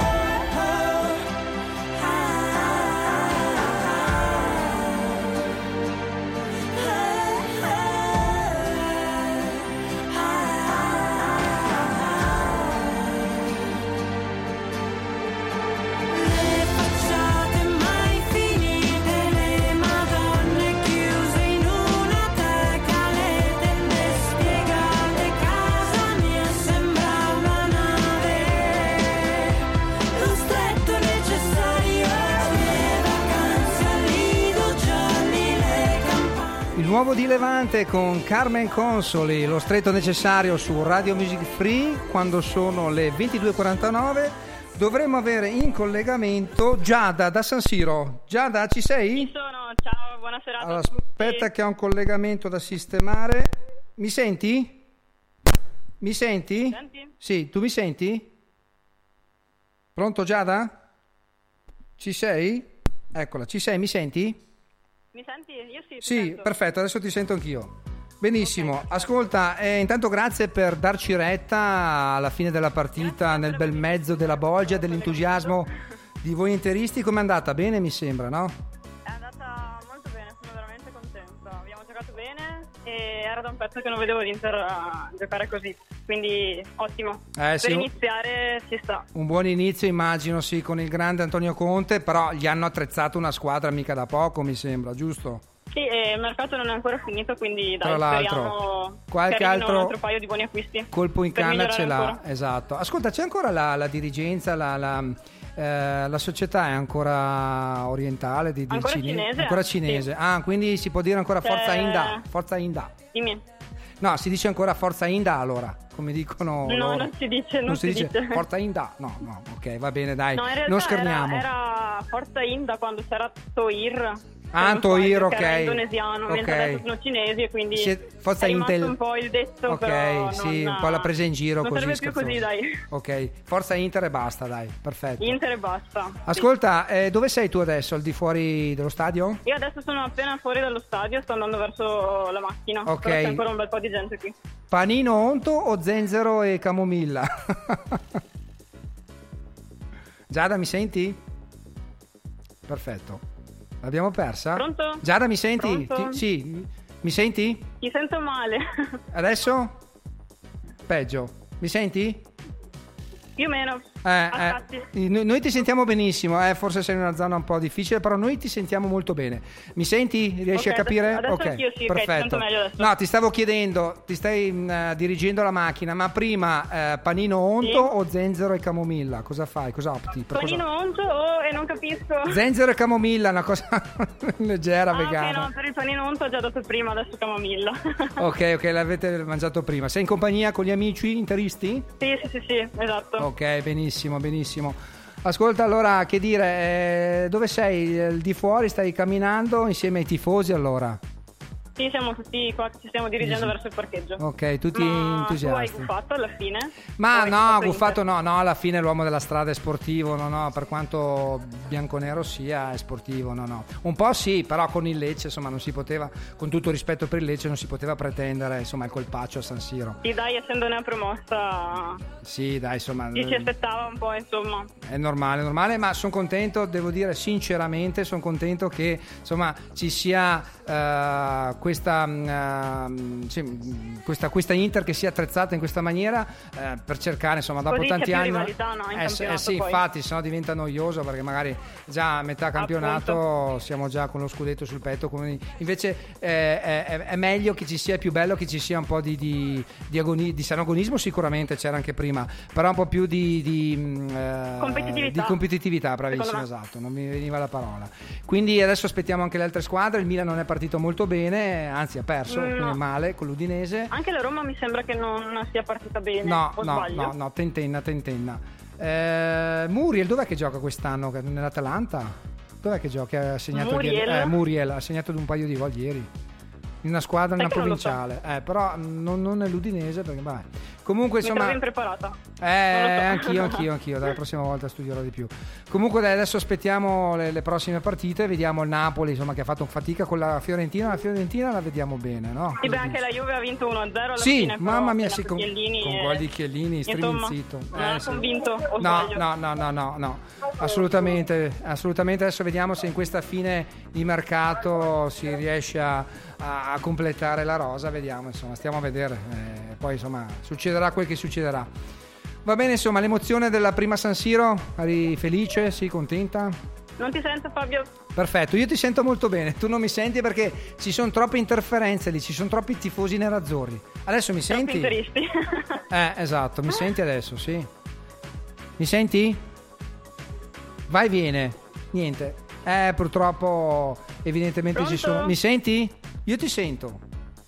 Le facciate mai finite, le madonne chiuse in una teca, le tende spiegate, casa mia sembra una nave. Lo stretto necessario, le vacanze al lido gialli, le campagne. Il nuovo di Levante con Carmen Consoli, Lo stretto necessario su Radio Music Free. Quando sono le 22:49 dovremmo avere in collegamento Giada da San Siro. Giada, ci sei? Ci sono, ciao a buona serata. Allora, a tutti. aspetta che ho un collegamento da sistemare. Mi senti? Mi senti? Senti? Sì, tu mi senti? Pronto Giada? Ci sei? Eccola, ci sei, mi senti? Mi senti? Io sì. ti Sì, sento. perfetto, adesso ti sento anch'io. Benissimo, ascolta, intanto grazie per darci retta alla fine della partita, nel bel mezzo della bolgia, dell'entusiasmo di voi interisti. Com'è andata? Bene mi sembra, no? È andata molto bene, sono veramente contenta. Abbiamo giocato bene e era da un pezzo che non vedevo l'Inter giocare così, quindi ottimo. Per Sì, iniziare ci sta. un buon inizio immagino, sì, con il grande Antonio Conte, però gli hanno attrezzato una squadra mica da poco, mi sembra, giusto? Sì, e il mercato non è ancora finito, quindi Tra dai, l'altro, speriamo qualche che arrivino altro un altro paio di buoni acquisti. Colpo in per canna migliorare ce l'ha, ancora. esatto. Ascolta, c'è ancora la dirigenza, la società è ancora orientale del Ancora cinese? cinese, Ancora sì. cinese. Ah, quindi si può dire ancora Forza C'è- Inda. Forza Inda. Dimmi. No, si dice ancora Forza Inda allora, come dicono No, loro. non si dice, non si si dice dice. Forza Inda. No, ok, va bene, dai. No, in realtà non scherniamo. era Forza Inda quando c'era Toir. Ah, Toir, che era ok. indonesiano, mentre Ok. adesso sono cinesi e quindi Forza è rimasto Intel. un po' il detto, Ok, però sì, non, un po' la presa in giro non così. serve più così, scherzosa. dai. Ok, Forza Inter e basta, dai, perfetto. Inter e basta. Ascolta, dove sei tu adesso? Al di fuori dello stadio? Io adesso sono appena fuori dallo stadio, sto andando verso la macchina. Ok. Però c'è ancora un bel po' di gente qui. Panino onto o zenzero e camomilla? Giada, mi senti? Perfetto. L'abbiamo persa? Pronto? Giada, mi senti? Pronto? Sì, mi senti? Ti sento male. Adesso? Peggio. Mi senti? Più o meno. Attratti. Noi ti sentiamo benissimo, forse sei in una zona un po' difficile, però noi ti sentiamo molto bene. Mi senti? Riesci Ok, a capire? adesso Ok, anch'io sì, ok, ti perfetto. sento meglio adesso. No, ti stavo chiedendo, ti stai dirigendo la macchina, ma prima panino onto Sì. o zenzero e camomilla? Cosa fai? Cosa opti? Per Panino onto e non capisco. Zenzero e camomilla, una cosa leggera, Ah, vegana. ok, no, per il panino onto ho già dato prima, adesso camomilla. Ok, l'avete mangiato prima. Sei in compagnia con gli amici interisti? Sì, esatto. Ok, benissimo. Ascolta, allora, che dire, dove sei? Il di fuori stai camminando insieme ai tifosi allora? Sì, siamo tutti qua che ci stiamo dirigendo verso il parcheggio. Ok, tutti Ma entusiasti. tu hai guffato alla fine? Ma O hai no, Inter? guffato no, alla fine l'uomo della strada è sportivo, no, per quanto bianconero sia, è sportivo, no. Un po' sì, però con il Lecce, insomma, non si poteva, con tutto rispetto per il Lecce, non si poteva pretendere, insomma, il colpaccio a San Siro. Sì, dai, essendo una promossa, Sì, dai, insomma, ci si aspettava un po', insomma. è normale, ma sono contento, devo dire sinceramente, sono contento che, insomma, ci sia questa Inter che sia attrezzata in questa maniera per cercare, insomma, dopo Così tanti c'è più anni rivalità, no, in campionato sì, poi. infatti, sennò diventa noioso, perché magari già a metà campionato siamo già con lo scudetto sul petto, invece è meglio che ci sia, è più bello che ci sia un po' di sanagonismo, sicuramente c'era anche prima, però un po' più di competitività, bravissimo, esatto, non mi veniva la parola. Quindi adesso aspettiamo anche le altre squadre. Il Milan non è partito molto bene, anzi ha perso, quindi male con l'Udinese. Anche la Roma mi sembra che non sia partita bene. No, tentenna. Muriel, dov'è che gioca quest'anno? Nell'Atalanta? Dov'è che gioca? Ha segnato Muriel ha segnato un paio di gol ieri in una squadra, in una provinciale, però non è l'Udinese, perché vabbè. Comunque, insomma, mi trovo impreparata. Anch'io, dalla prossima volta studierò di più. Comunque dai, adesso aspettiamo le prossime partite, vediamo il Napoli, insomma, che ha fatto fatica con la Fiorentina la vediamo bene, no? Sì, beh, anche la Juve ha vinto 1-0 alla sì, fine. mamma mia, sì, con gol di Chiellini, striminzito. Non ha convinto, o No, assolutamente. Adesso vediamo se in questa fine di mercato si riesce a completare la rosa, vediamo, insomma, stiamo a vedere, poi insomma succederà quel che succederà. Va bene, insomma, l'emozione della prima San Siro, eri felice, sì, contenta? Non ti sento, Fabio? Perfetto, io ti sento molto bene, tu non mi senti perché ci sono troppe interferenze lì, ci sono troppi tifosi nerazzurri. Adesso mi senti? Interisti. Esatto, mi senti adesso, sì. Mi senti? Vai, viene. Niente. Purtroppo evidentemente Pronto? ci sono. Mi senti? Io ti sento.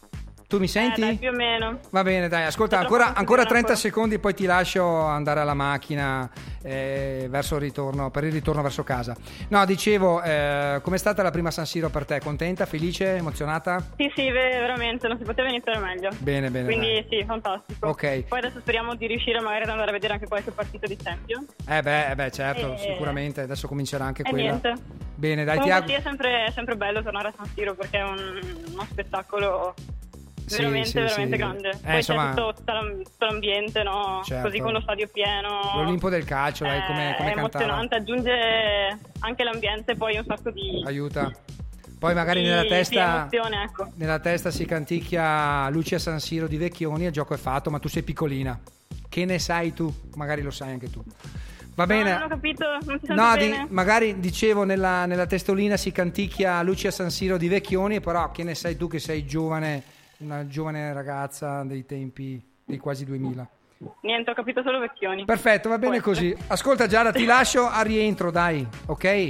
Tu mi senti? Dai, più o meno. Va bene, dai, ascolta, ancora 30 secondi, poi ti lascio andare alla macchina verso il ritorno, per il ritorno verso casa. No, dicevo, com'è stata la prima San Siro per te? Contenta, felice, emozionata? Sì, veramente, non si poteva iniziare meglio. Bene, Quindi dai. sì, fantastico. Ok. Poi adesso speriamo di riuscire magari ad andare a vedere anche qualche partita di Champions. Certo, sicuramente, adesso comincerà anche quella. Niente. Bene, dai, Comunque sì, è sempre bello tornare a San Siro perché è uno spettacolo veramente grande. Poi insomma, c'è tutto l'ambiente, no? Certo. Così con lo stadio pieno. L'Olimpo del calcio, dai, come è cantava. emozionante, aggiunge anche l'ambiente poi un sacco di aiuta. Poi magari di emozione, ecco. nella testa si canticchia Lucia San Siro di Vecchioni, il gioco è fatto, ma tu sei piccolina. Che ne sai tu? Magari lo sai anche tu. Va bene. No, non ho capito, non ti sento bene. Magari dicevo nella testolina si canticchia Lucia San Siro di Vecchioni, però che ne sai tu che sei giovane, una giovane ragazza dei tempi dei quasi 2000. Niente, ho capito solo Vecchioni. Perfetto, va bene così. Ascolta Giada, ti lascio a rientro, dai, ok?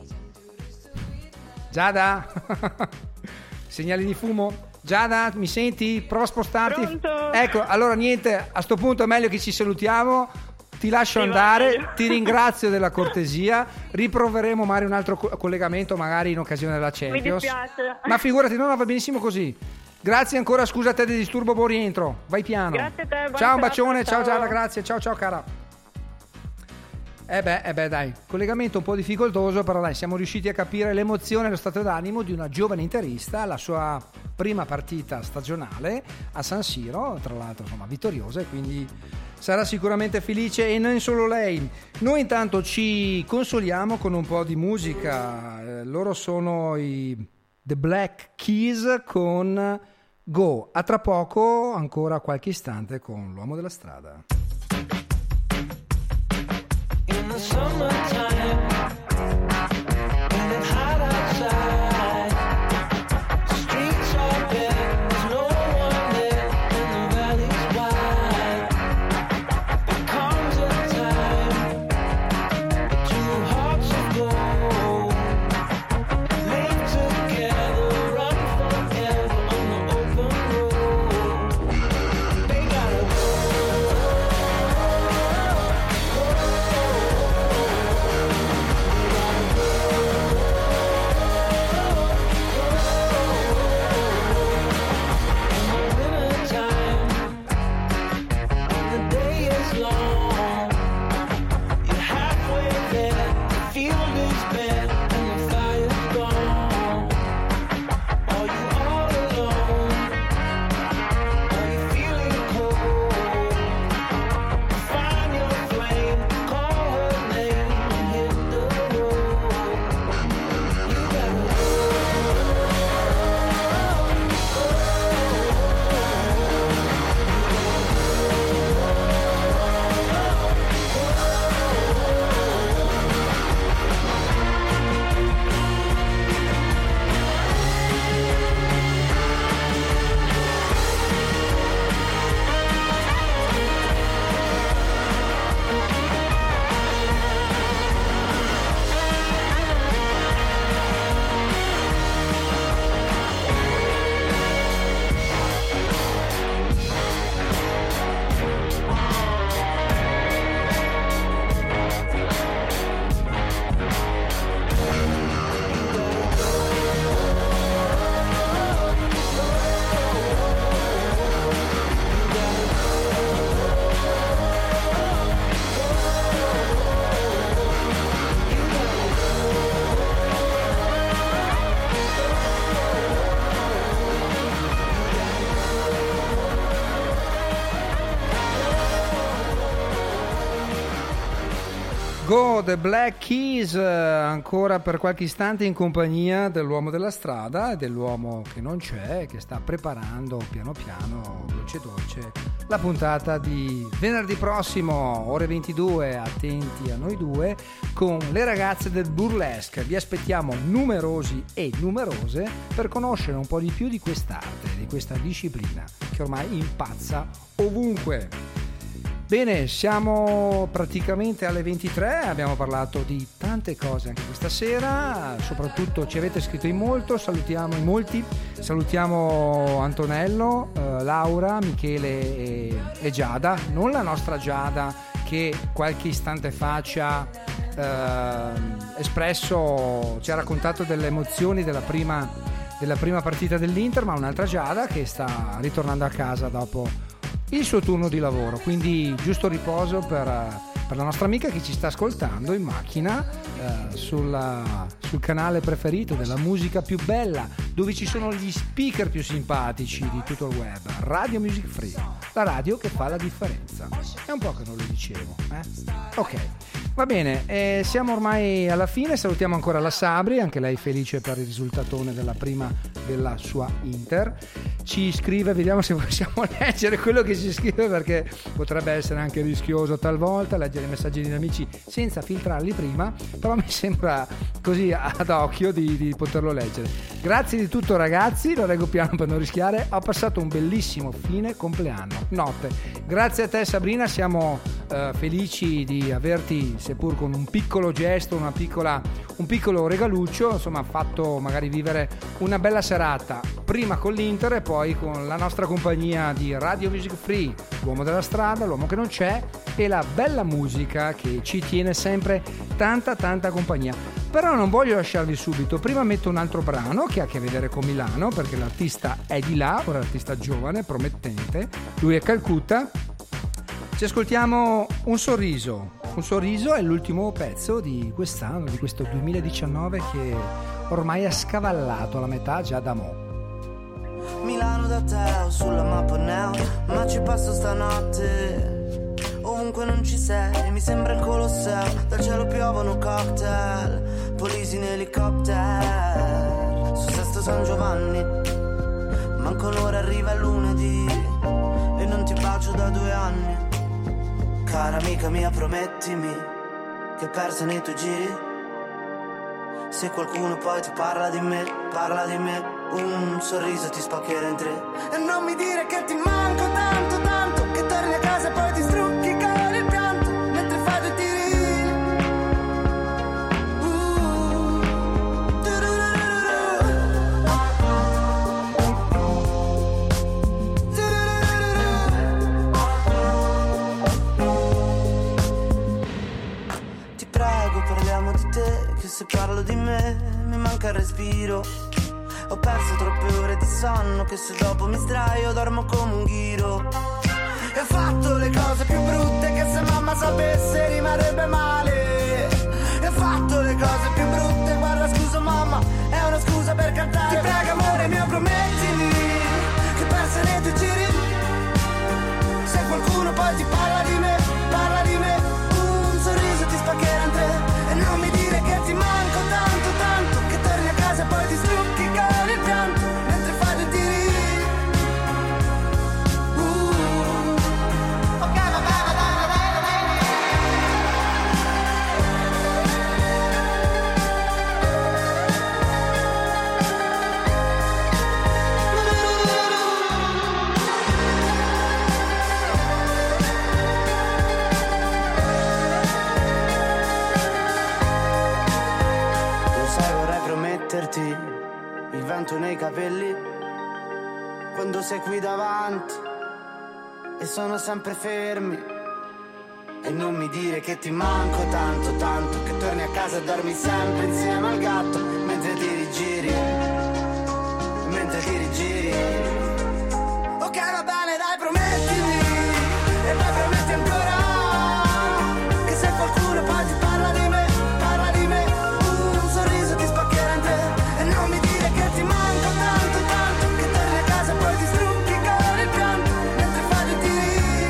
Giada? Segnali di fumo? Giada, mi senti? Prova a spostarti. Pronto? Ecco, allora niente, a sto punto è meglio che ci salutiamo. Ti lascio andare, ti ringrazio della cortesia, riproveremo magari un altro collegamento magari in occasione della Champions. Mi dispiace. Ma figurati, no, va benissimo così. Grazie ancora, scusa a te del disturbo, buon rientro. Vai piano. Grazie a te, buona ciao, un serata, bacione, ciao ciao. Giada, grazie, ciao cara. Dai, collegamento un po' difficoltoso, però dai, siamo riusciti a capire l'emozione e lo stato d'animo di una giovane interista alla sua prima partita stagionale a San Siro, tra l'altro insomma vittoriosa, e quindi sarà sicuramente felice, e non solo lei. Noi intanto ci consoliamo con un po' di musica, loro sono i The Black Keys con Go. A tra poco, ancora qualche istante con l'uomo della strada. In the summertime, when it's hot outside, the streets are bare, there's no one there, and the valley's wide. There comes a time that two hearts will go, live together, run forever on the open road. They gotta Go, The Black Keys, ancora per qualche istante in compagnia dell'uomo della strada e dell'uomo che non c'è, che sta preparando piano piano, dolce la puntata di venerdì prossimo, ore 22, attenti a noi due, con le ragazze del burlesque. Vi aspettiamo numerosi e numerose per conoscere un po' di più di quest'arte, di questa disciplina che ormai impazza ovunque. Bene, siamo praticamente alle 23, abbiamo parlato di tante cose anche questa sera, soprattutto ci avete scritto in molti, salutiamo Antonello, Laura, Michele e Giada, non la nostra Giada che qualche istante fa ci ha espresso, ci ha raccontato delle emozioni della prima partita dell'Inter, ma un'altra Giada che sta ritornando a casa dopo il suo turno di lavoro, quindi giusto riposo per la nostra amica che ci sta ascoltando in macchina sul canale preferito della musica più bella, dove ci sono gli speaker più simpatici di tutto il web, Radio Music Free, la radio che fa la differenza. È un po' che non lo dicevo, Ok, va bene, siamo ormai alla fine, salutiamo ancora la Sabri, anche lei felice per il risultatone della prima della sua Inter. Ci scrive, vediamo se possiamo leggere quello che ci scrive, perché potrebbe essere anche rischioso talvolta leggere i messaggi degli amici senza filtrarli prima, però mi sembra così ad occhio di poterlo leggere. Grazie di tutto ragazzi, lo leggo piano per non rischiare. Ho passato un bellissimo fine compleanno, notte. Grazie a te Sabrina, siamo felici di averti, seppur con un piccolo gesto, un piccolo regaluccio, insomma, fatto magari vivere una bella serata, prima con l'Inter e poi con la nostra compagnia di Radio Music Free, l'uomo della strada, l'uomo che non c'è, e la bella musica che ci tiene sempre tanta compagnia. Però non voglio lasciarvi subito, prima metto un altro brano che ha a che vedere con Milano, perché l'artista è di là, un artista giovane, promettente, lui è Calcutta. Ci ascoltiamo Un sorriso è l'ultimo pezzo di quest'anno, di questo 2019 che ormai ha scavallato la metà già da mo'. Milano da te, sulla mappa neo, ma ci passo stanotte. Ovunque non ci sei, mi sembra il Colosseo, dal cielo piovono cocktail, polisi in elicottero, su Sesto San Giovanni, manco l'ora arriva il lunedì, e non ti bacio da 2 anni. Cara amica mia, promettimi che persa nei tuoi giri, se qualcuno poi ti parla di me, un sorriso ti spaccherà in 3. E non mi dire che ti manco tanto, che torni a casa e poi ti strucchi con il pianto, mentre fai 2 tiri. Ti prego, parliamo di te, che se parlo di me mi manca il respiro. Ho perso troppe ore di sonno, che se dopo mi sdraio dormo come un ghiro. E ho fatto le cose più brutte, che se mamma sapesse rimarrebbe male. E ho fatto le cose più brutte, guarda scusa mamma, è una scusa per cantare. Ti prego amore mio, promettimi che persa nei tuoi giri, se qualcuno poi ti parla di me, un sorriso ti spaccherà in 3. E non mi dire che ti manco tanto, che torni a casa e poi ti strucchi con il pianto, mentre fai 2 tiri. Ok, va bene. Lo sai, vorrei prometterti il vento nei capelli quando sei qui davanti e sono sempre fermi. E non mi dire che ti manco tanto, che torni a casa e dormi sempre insieme al gatto, mentre ti rigiri. Ok, va bene, dai, promettimi, e poi prometti ancora, che se qualcuno poi ti parla di me, un sorriso ti spaccherà in 3. E non mi dire che ti manco tanto, che torni a casa e poi ti strucchi con il pianto, mentre fai 2 tiri.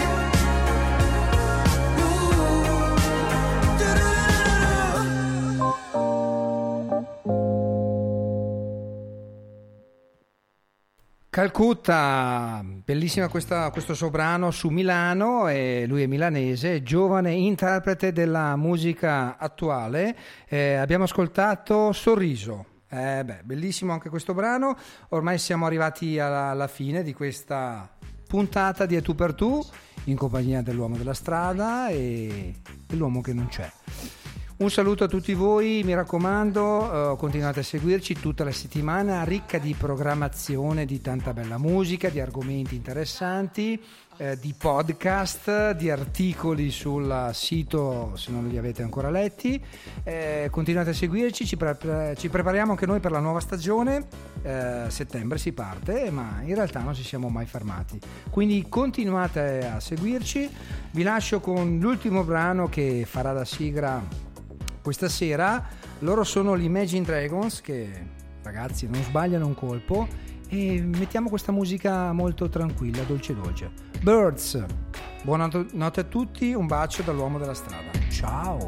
Calcutta, bellissima questo suo brano su Milano, e lui è milanese, giovane interprete della musica attuale. Abbiamo ascoltato Sorriso, bellissimo anche questo brano. Ormai siamo arrivati alla fine di questa puntata di A Tu per Tu in compagnia dell'uomo della strada e dell'uomo che non c'è. Un saluto a tutti voi, mi raccomando, continuate a seguirci tutta la settimana, ricca di programmazione, di tanta bella musica, di argomenti interessanti, di podcast, di articoli sul sito se non li avete ancora letti. Continuate a seguirci, ci prepariamo anche noi per la nuova stagione, settembre si parte, ma in realtà non ci siamo mai fermati, quindi continuate a seguirci. Vi lascio con l'ultimo brano che farà da sigla questa sera. Loro sono gli Imagine Dragons, che ragazzi non sbagliano un colpo, e mettiamo questa musica molto tranquilla, dolce dolce. Birds. Buonanotte a tutti, un bacio dall'uomo della strada, ciao.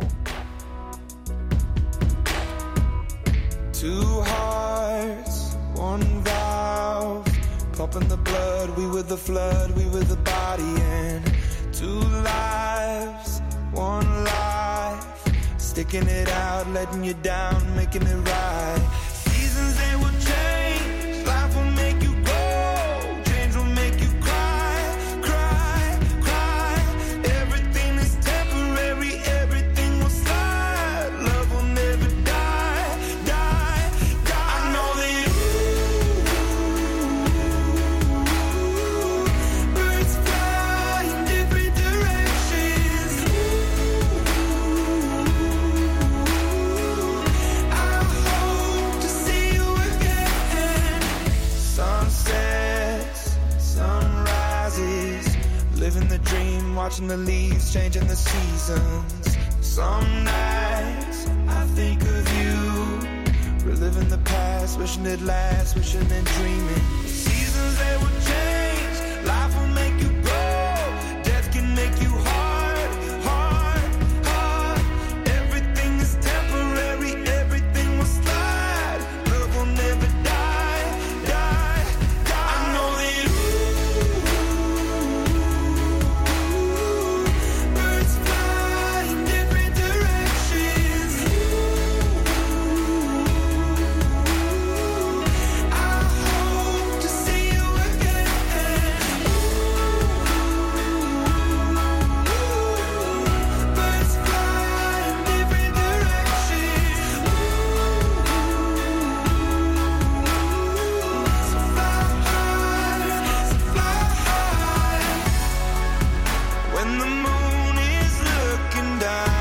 Two hearts, one valve, pumping the blood, we were the flood, we were the body, and two lives, one life, sticking it out, letting you down, making it right. Seasons, they will change, life will make you grow, change will make you cry, cry, cry. Everything is temporary, everything will slide, love will never die, die, die. I know that birds fly in different directions. Sunsets, sunrises, living the dream, watching the leaves, changing the seasons. Some nights I think of you, reliving the past, wishing it lasts, wishing and dreaming. Seasons, they will change, life will make you grow, death can make you hard, hard, hard. Everything is temporary, everything will slide, love will never die, die, die. I know that birds fly in different directions. I hope to see you again. Birds fly in different directions. So fly high. When the moon is looking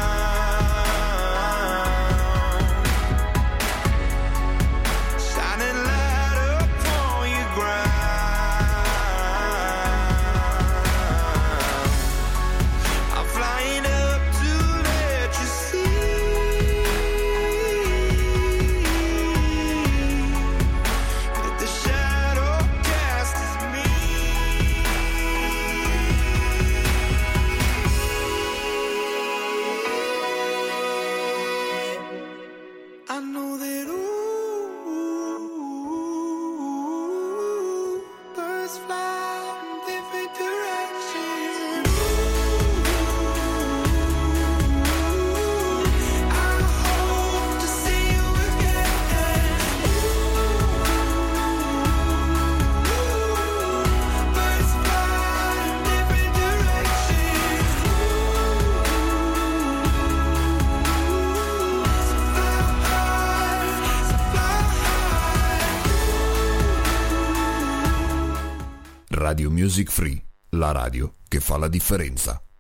down, shining light upon your ground, I'm flying up to let you see that the shadow cast is me. I know that birds fly in different directions. I hope to see you again. Birds fly in different directions. So fly high, so fly high. Radio Music Free, la radio che fa la differenza.